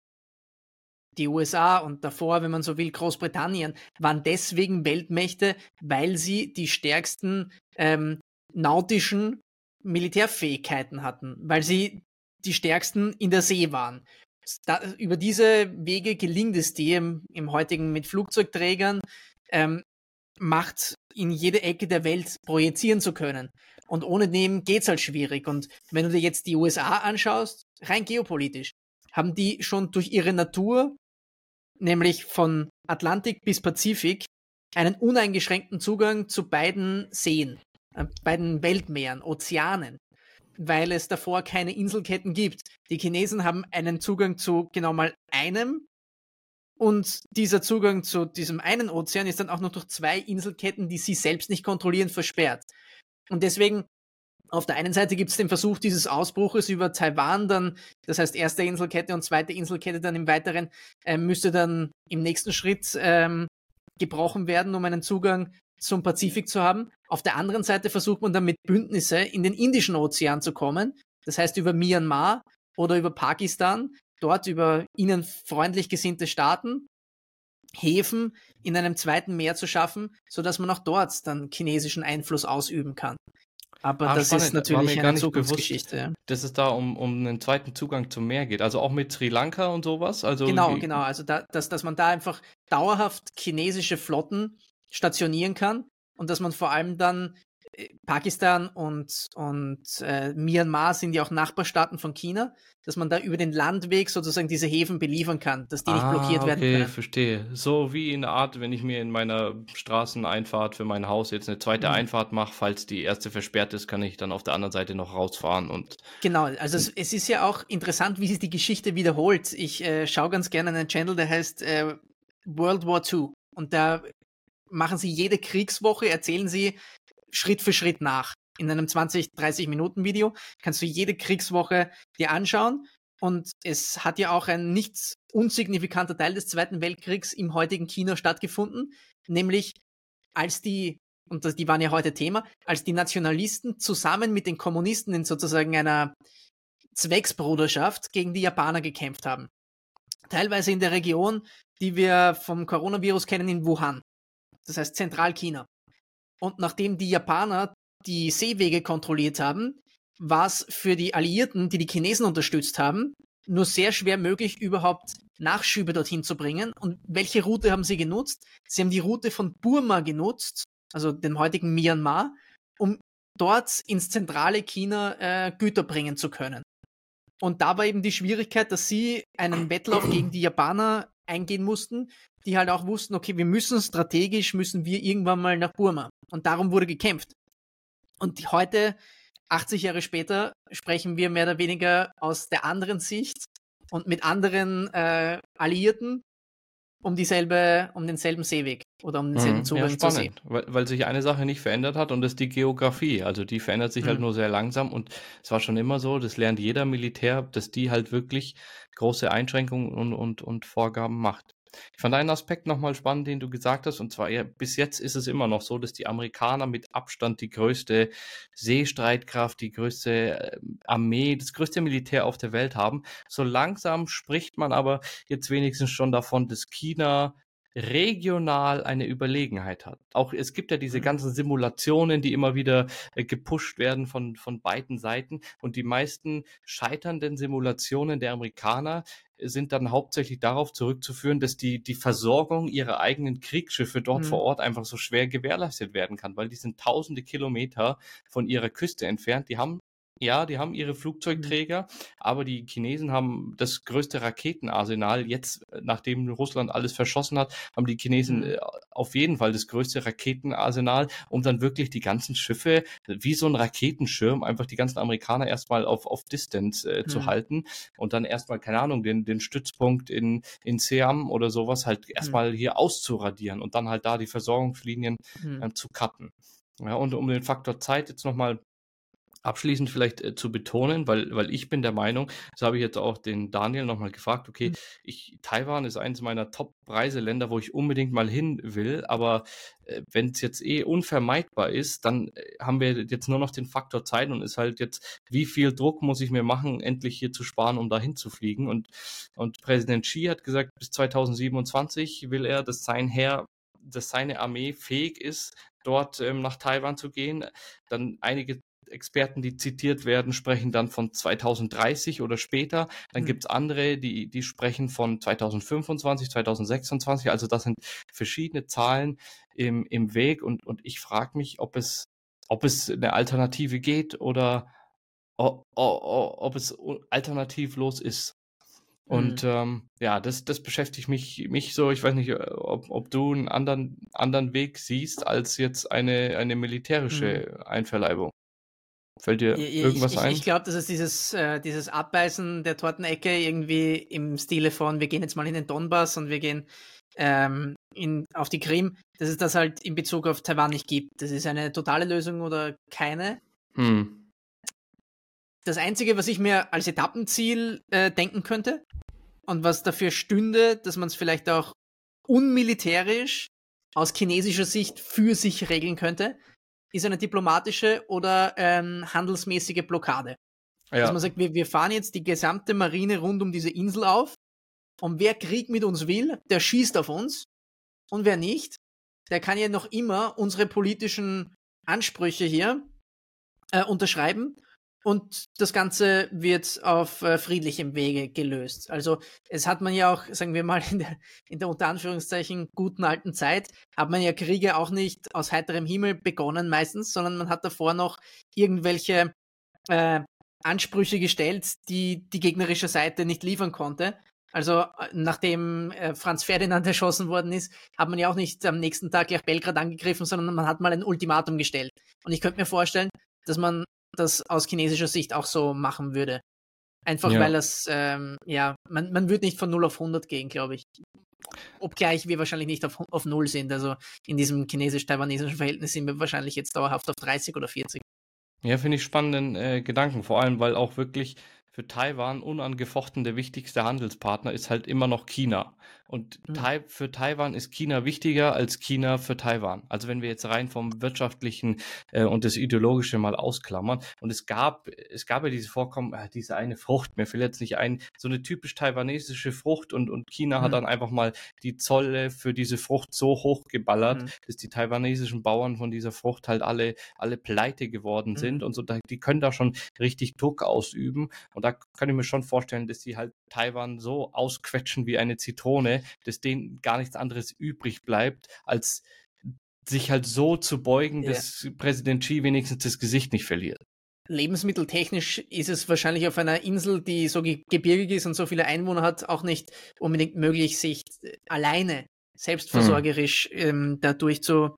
die U S A und davor, wenn man so will, Großbritannien, waren deswegen Weltmächte, weil sie die stärksten ähm, nautischen Militärfähigkeiten hatten, weil sie die stärksten in der See waren. Da, über diese Wege gelingt es dir im heutigen mit Flugzeugträgern, ähm, Macht in jede Ecke der Welt projizieren zu können. Und ohne dem geht's halt schwierig. Und wenn du dir jetzt die U S A anschaust, rein geopolitisch, haben die schon durch ihre Natur, nämlich von Atlantik bis Pazifik, einen uneingeschränkten Zugang zu beiden Seen, äh, beiden Weltmeeren, Ozeanen. weil es davor keine Inselketten gibt. Die Chinesen haben einen Zugang zu genau mal einem und dieser Zugang zu diesem einen Ozean ist dann auch noch durch zwei Inselketten, die sie selbst nicht kontrollieren, versperrt. Und deswegen, auf der einen Seite gibt es den Versuch dieses Ausbruches über Taiwan, dann, das heißt erste Inselkette und zweite Inselkette dann im Weiteren, äh, müsste dann im nächsten Schritt ähm, gebrochen werden, um einen Zugang zum Pazifik zu haben. Auf der anderen Seite versucht man dann mit Bündnisse in den Indischen Ozean zu kommen, das heißt über Myanmar oder über Pakistan, dort über ihnen freundlich gesinnte Staaten, Häfen in einem zweiten Meer zu schaffen, sodass man auch dort dann chinesischen Einfluss ausüben kann. Aber Ah, das ist spannend. War mir natürlich gar eine nicht bewusst, Zukunftsgeschichte. Ja. dass es da um, um einen zweiten Zugang zum Meer geht. Also auch mit Sri Lanka und sowas. Also Genau, wie- genau. Also da, dass, dass man da einfach dauerhaft chinesische Flotten stationieren kann und dass man vor allem dann äh, Pakistan und, und äh, Myanmar sind ja auch Nachbarstaaten von China, dass man da über den Landweg sozusagen diese Häfen beliefern kann, dass die nicht blockiert Ah, werden okay, können. verstehe. So wie in der Art, wenn ich mir in meiner Straßeneinfahrt für mein Haus jetzt eine zweite Mhm. Einfahrt mache, falls die erste versperrt ist, kann ich dann auf der anderen Seite noch rausfahren und Genau, also es, es ist ja auch interessant, wie sich die Geschichte wiederholt. Ich äh, schaue ganz gerne einen Channel, der heißt äh, World War Two und da machen sie jede Kriegswoche, erzählen sie Schritt für Schritt nach. In einem zwanzig, dreißig Minuten Video kannst du jede Kriegswoche dir anschauen und es hat ja auch ein nicht unsignifikanter Teil des Zweiten Weltkriegs im heutigen China stattgefunden, nämlich als die, und das, die waren ja heute Thema, als die Nationalisten zusammen mit den Kommunisten in sozusagen einer Zwecksbruderschaft gegen die Japaner gekämpft haben. Teilweise in der Region, die wir vom Coronavirus kennen, in Wuhan. Das heißt Zentralchina. Und nachdem die Japaner die Seewege kontrolliert haben, war es für die Alliierten, die die Chinesen unterstützt haben, nur sehr schwer möglich, überhaupt Nachschübe dorthin zu bringen. Und welche Route haben sie genutzt? Sie haben die Route von Burma genutzt, also dem heutigen Myanmar, um dort ins zentrale China äh, Güter bringen zu können. Und da war eben die Schwierigkeit, dass sie einen Wettlauf gegen die Japaner eingehen mussten, die halt auch wussten, okay, wir müssen strategisch, müssen wir irgendwann mal nach Burma. Und darum wurde gekämpft. Und heute, achtzig Jahre später, sprechen wir mehr oder weniger aus der anderen Sicht und mit anderen äh, Alliierten um dieselbe, um denselben Seeweg oder um denselben Mhm. Ja, Zugang zur See. spannend, weil, weil sich eine Sache nicht verändert hat und das ist die Geografie. Also die verändert sich halt Mhm. nur sehr langsam und es war schon immer so, das lernt jeder Militär, dass die halt wirklich große Einschränkungen und, und, und Vorgaben macht. Ich fand einen Aspekt nochmal spannend, den du gesagt hast, und zwar ja, bis jetzt ist es immer noch so, dass die Amerikaner mit Abstand die größte Seestreitkraft, die größte äh, Armee, das größte Militär auf der Welt haben. So langsam spricht man aber jetzt wenigstens schon davon, dass China regional eine Überlegenheit hat. Auch es gibt ja diese Mhm. ganzen Simulationen, die immer wieder äh, gepusht werden von, von beiden Seiten und die meisten scheiternden Simulationen der Amerikaner sind dann hauptsächlich darauf zurückzuführen, dass die, die Versorgung ihrer eigenen Kriegsschiffe dort Mhm. vor Ort einfach so schwer gewährleistet werden kann, weil die sind tausende Kilometer von ihrer Küste entfernt. Die haben Ja, die haben ihre Flugzeugträger, aber die Chinesen haben das größte Raketenarsenal. Jetzt, äh, nachdem Russland alles verschossen hat, haben die Chinesen Mhm. äh, auf jeden Fall das größte Raketenarsenal, um dann wirklich die ganzen Schiffe wie so ein Raketenschirm einfach die ganzen Amerikaner erstmal auf, auf Distance äh, zu Mhm. halten und dann erstmal, keine Ahnung, den, den Stützpunkt in, in Siam oder sowas halt erstmal hier auszuradieren und dann halt da die Versorgungslinien Mhm. äh, zu cutten. Ja, und um den Faktor Zeit jetzt nochmal abschließend vielleicht äh, zu betonen, weil, weil ich bin der Meinung, das habe ich jetzt auch den Daniel nochmal gefragt, okay, Mhm. ich, Taiwan ist eines meiner Top-Reiseländer, wo ich unbedingt mal hin will, aber äh, wenn es jetzt eh unvermeidbar ist, dann äh, haben wir jetzt nur noch den Faktor Zeit und ist halt jetzt, wie viel Druck muss ich mir machen, endlich hier zu sparen, um dahin zu fliegen und, und Präsident Xi hat gesagt, bis zweitausendsiebenundzwanzig will er, dass sein Heer, dass seine Armee fähig ist, dort ähm, nach Taiwan zu gehen. Dann einige Experten, die zitiert werden, sprechen dann von zweitausenddreißig oder später. Dann Mhm. gibt es andere, die, die sprechen von zweitausendfünfundzwanzig, zweitausendsechsundzwanzig. Also das sind verschiedene Zahlen im, im Weg und, und ich frage mich, ob es, ob es eine Alternative geht oder o, o, o, ob es alternativlos ist. Und Mhm. ähm, ja, das, das beschäftigt mich, mich so. Ich weiß nicht, äh, ob, ob du einen anderen, anderen Weg siehst als jetzt eine, eine Mhm. militärische Einverleibung. Fällt dir Ich, irgendwas ich, ein? ich glaube, dass es dieses, äh, dieses Abbeißen der Tortenecke irgendwie im Stile von, wir gehen jetzt mal in den Donbass und wir gehen ähm, in, auf die Krim, dass es das halt in Bezug auf Taiwan nicht gibt. Das ist eine totale Lösung oder keine. Hm. Das Einzige, was ich mir als Etappenziel äh, denken könnte und was dafür stünde, dass man es vielleicht auch unmilitärisch aus chinesischer Sicht für sich regeln könnte, ist eine diplomatische oder ähm, handelsmäßige Blockade. Ja. Dass man sagt, wir, wir fahren jetzt die gesamte Marine rund um diese Insel auf und wer Krieg mit uns will, der schießt auf uns und wer nicht, der kann ja noch immer unsere politischen Ansprüche hier äh, unterschreiben und das Ganze wird auf äh, friedlichem Wege gelöst. Also es hat man ja auch, sagen wir mal, in der, in der unter Anführungszeichen guten alten Zeit, hat man ja Kriege auch nicht aus heiterem Himmel begonnen meistens, sondern man hat davor noch irgendwelche äh, Ansprüche gestellt, die die gegnerische Seite nicht liefern konnte. Also nachdem äh, Franz Ferdinand erschossen worden ist, hat man ja auch nicht am nächsten Tag gleich Belgrad angegriffen, sondern man hat mal ein Ultimatum gestellt. Und ich könnte mir vorstellen, dass man das aus chinesischer Sicht auch so machen würde. Einfach Ja. weil das, ähm, ja, man, man würde nicht von null auf hundert gehen, glaube ich. Obgleich wir wahrscheinlich nicht auf, auf null sind. Also in diesem chinesisch-taiwanesischen Verhältnis sind wir wahrscheinlich jetzt dauerhaft auf dreißig oder vierzig. Ja, finde ich spannenden äh, Gedanken, vor allem, weil auch wirklich für Taiwan unangefochten der wichtigste Handelspartner ist halt immer noch China. Und Mhm. Tai für Taiwan ist China wichtiger als China für Taiwan. Also wenn wir jetzt rein vom Wirtschaftlichen äh, und das Ideologische mal ausklammern. Und es gab, es gab ja diese Vorkommen, äh, diese eine Frucht, mir fällt jetzt nicht ein, so eine typisch taiwanesische Frucht und, und China Mhm. hat dann einfach mal die Zolle für diese Frucht so hochgeballert, Mhm. dass die taiwanesischen Bauern von dieser Frucht halt alle, alle pleite geworden sind Mhm. und so, da, die können da schon richtig Druck ausüben. Und da kann ich mir schon vorstellen, dass die halt Taiwan so ausquetschen wie eine Zitrone, dass denen gar nichts anderes übrig bleibt, als sich halt so zu beugen, Ja. dass Präsident Xi wenigstens das Gesicht nicht verliert. Lebensmitteltechnisch ist es wahrscheinlich auf einer Insel, die so ge- gebirgig ist und so viele Einwohner hat, auch nicht unbedingt möglich, sich äh, alleine selbstversorgerisch ähm, dadurch zu,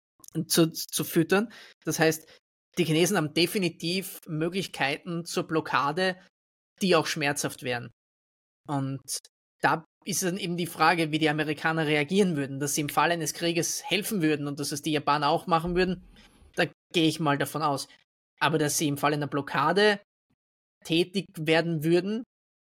zu, zu füttern. Das heißt, die Chinesen haben definitiv Möglichkeiten zur Blockade, die auch schmerzhaft wären. Und da ist dann eben die Frage, wie die Amerikaner reagieren würden, dass sie im Fall eines Krieges helfen würden und dass es die Japaner auch machen würden. Da gehe ich mal davon aus. Aber dass sie im Fall einer Blockade tätig werden würden,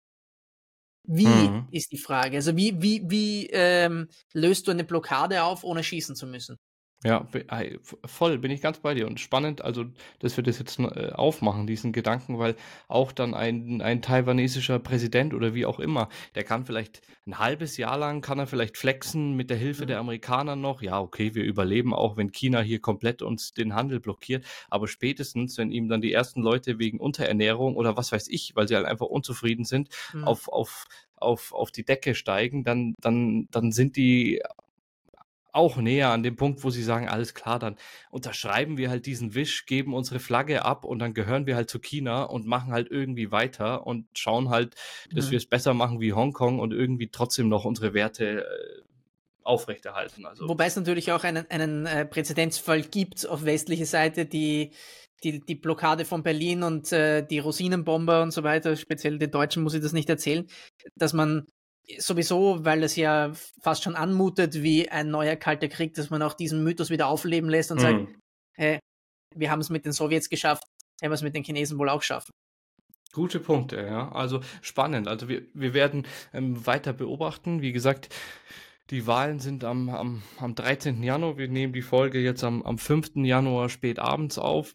wie Mhm. ist die Frage? Also wie, wie, wie ähm, löst du eine Blockade auf, ohne schießen zu müssen? Ja, be- ei, v- voll, bin ich ganz bei dir. Und spannend, also, dass wir das jetzt äh, aufmachen, diesen Gedanken, weil auch dann ein, ein taiwanesischer Präsident oder wie auch immer, der kann vielleicht ein halbes Jahr lang, kann er vielleicht flexen mit der Hilfe Mhm. der Amerikaner noch. Ja, okay, wir überleben auch, wenn China hier komplett uns den Handel blockiert. Aber spätestens, wenn ihm dann die ersten Leute wegen Unterernährung oder was weiß ich, weil sie halt einfach unzufrieden sind, Mhm. auf, auf, auf, auf die Decke steigen, dann, dann, dann sind die auch näher an dem Punkt, wo sie sagen, alles klar, dann unterschreiben wir halt diesen Wisch, geben unsere Flagge ab und dann gehören wir halt zu China und machen halt irgendwie weiter und schauen halt, dass Mhm. wir es besser machen wie Hongkong und irgendwie trotzdem noch unsere Werte äh, aufrechterhalten. Also, Wobei es natürlich auch einen, einen äh, Präzedenzfall gibt auf westlicher Seite, die, die, die Blockade von Berlin und äh, die Rosinenbomber und so weiter, speziell den Deutschen muss ich das nicht erzählen, dass man sowieso, weil es ja fast schon anmutet wie ein neuer Kalter Krieg, dass man auch diesen Mythos wieder aufleben lässt und sagt, hm, hey, wir haben es mit den Sowjets geschafft, werden wir es mit den Chinesen wohl auch schaffen. gute Punkte, ja. Also spannend. Also wir, wir werden ähm, weiter beobachten. Wie gesagt, die Wahlen sind am, am, am dreizehnten Januar. Wir nehmen die Folge jetzt am, am fünften Januar spät abends auf.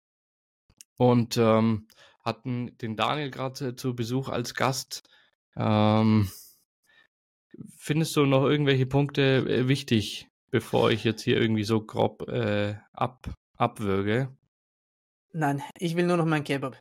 Und ähm, hatten den Daniel gerade zu Besuch als Gast. Ähm, findest du noch irgendwelche Punkte äh, wichtig, bevor ich jetzt hier irgendwie so grob äh, ab, abwürge? Nein, ich will nur noch meinen Kebab.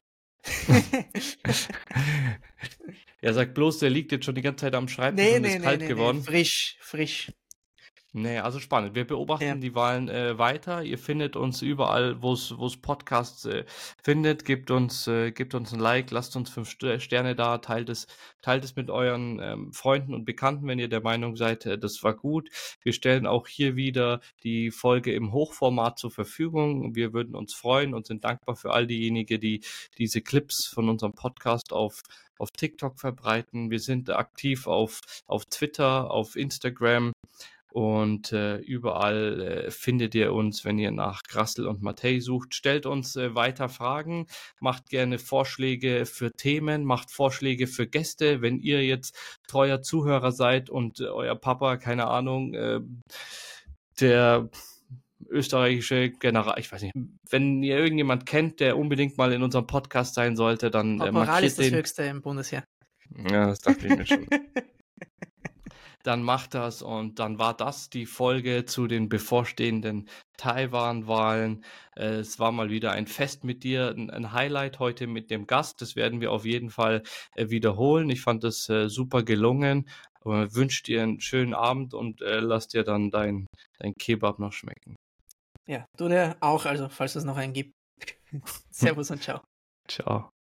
Er sagt bloß, der liegt jetzt schon die ganze Zeit am Schreibtisch nee, und nee, ist nee, kalt nee, nee, geworden. frisch, frisch. Nee, also spannend. Wir beobachten Ja. die Wahlen äh, weiter. Ihr findet uns überall, wo es wo es Podcasts äh, findet. Gebt uns äh, gebt uns ein Like, lasst uns fünf St- Sterne da, teilt es teilt es mit euren ähm, Freunden und Bekannten, wenn ihr der Meinung seid, äh, das war gut. Wir stellen auch hier wieder die Folge im Hochformat zur Verfügung. Wir würden uns freuen und sind dankbar für all diejenigen, die diese Clips von unserem Podcast auf auf TikTok verbreiten. Wir sind aktiv auf auf Twitter, auf Instagram. Und äh, überall äh, findet ihr uns, wenn ihr nach Grassl und Mattei sucht. Stellt uns äh, weiter Fragen, macht gerne Vorschläge für Themen, macht Vorschläge für Gäste. Wenn ihr jetzt treuer Zuhörer seid und äh, euer Papa, keine Ahnung, äh, der österreichische General, ich weiß nicht, wenn ihr irgendjemand kennt, der unbedingt mal in unserem Podcast sein sollte, dann äh, Korporal ist markiert das den. höchste im Bundesheer. Ja, das dachte ich mir schon. Dann macht das und dann war das die Folge zu den bevorstehenden Taiwan-Wahlen. Äh, es war mal wieder ein Fest mit dir, ein, ein Highlight heute mit dem Gast. Das werden wir auf jeden Fall äh, wiederholen. Ich fand es äh, super gelungen. Äh, wünsche dir einen schönen Abend und äh, lass dir dann dein, dein Kebab noch schmecken. Ja, du dir auch, also falls es noch einen gibt. Servus und ciao. Ciao.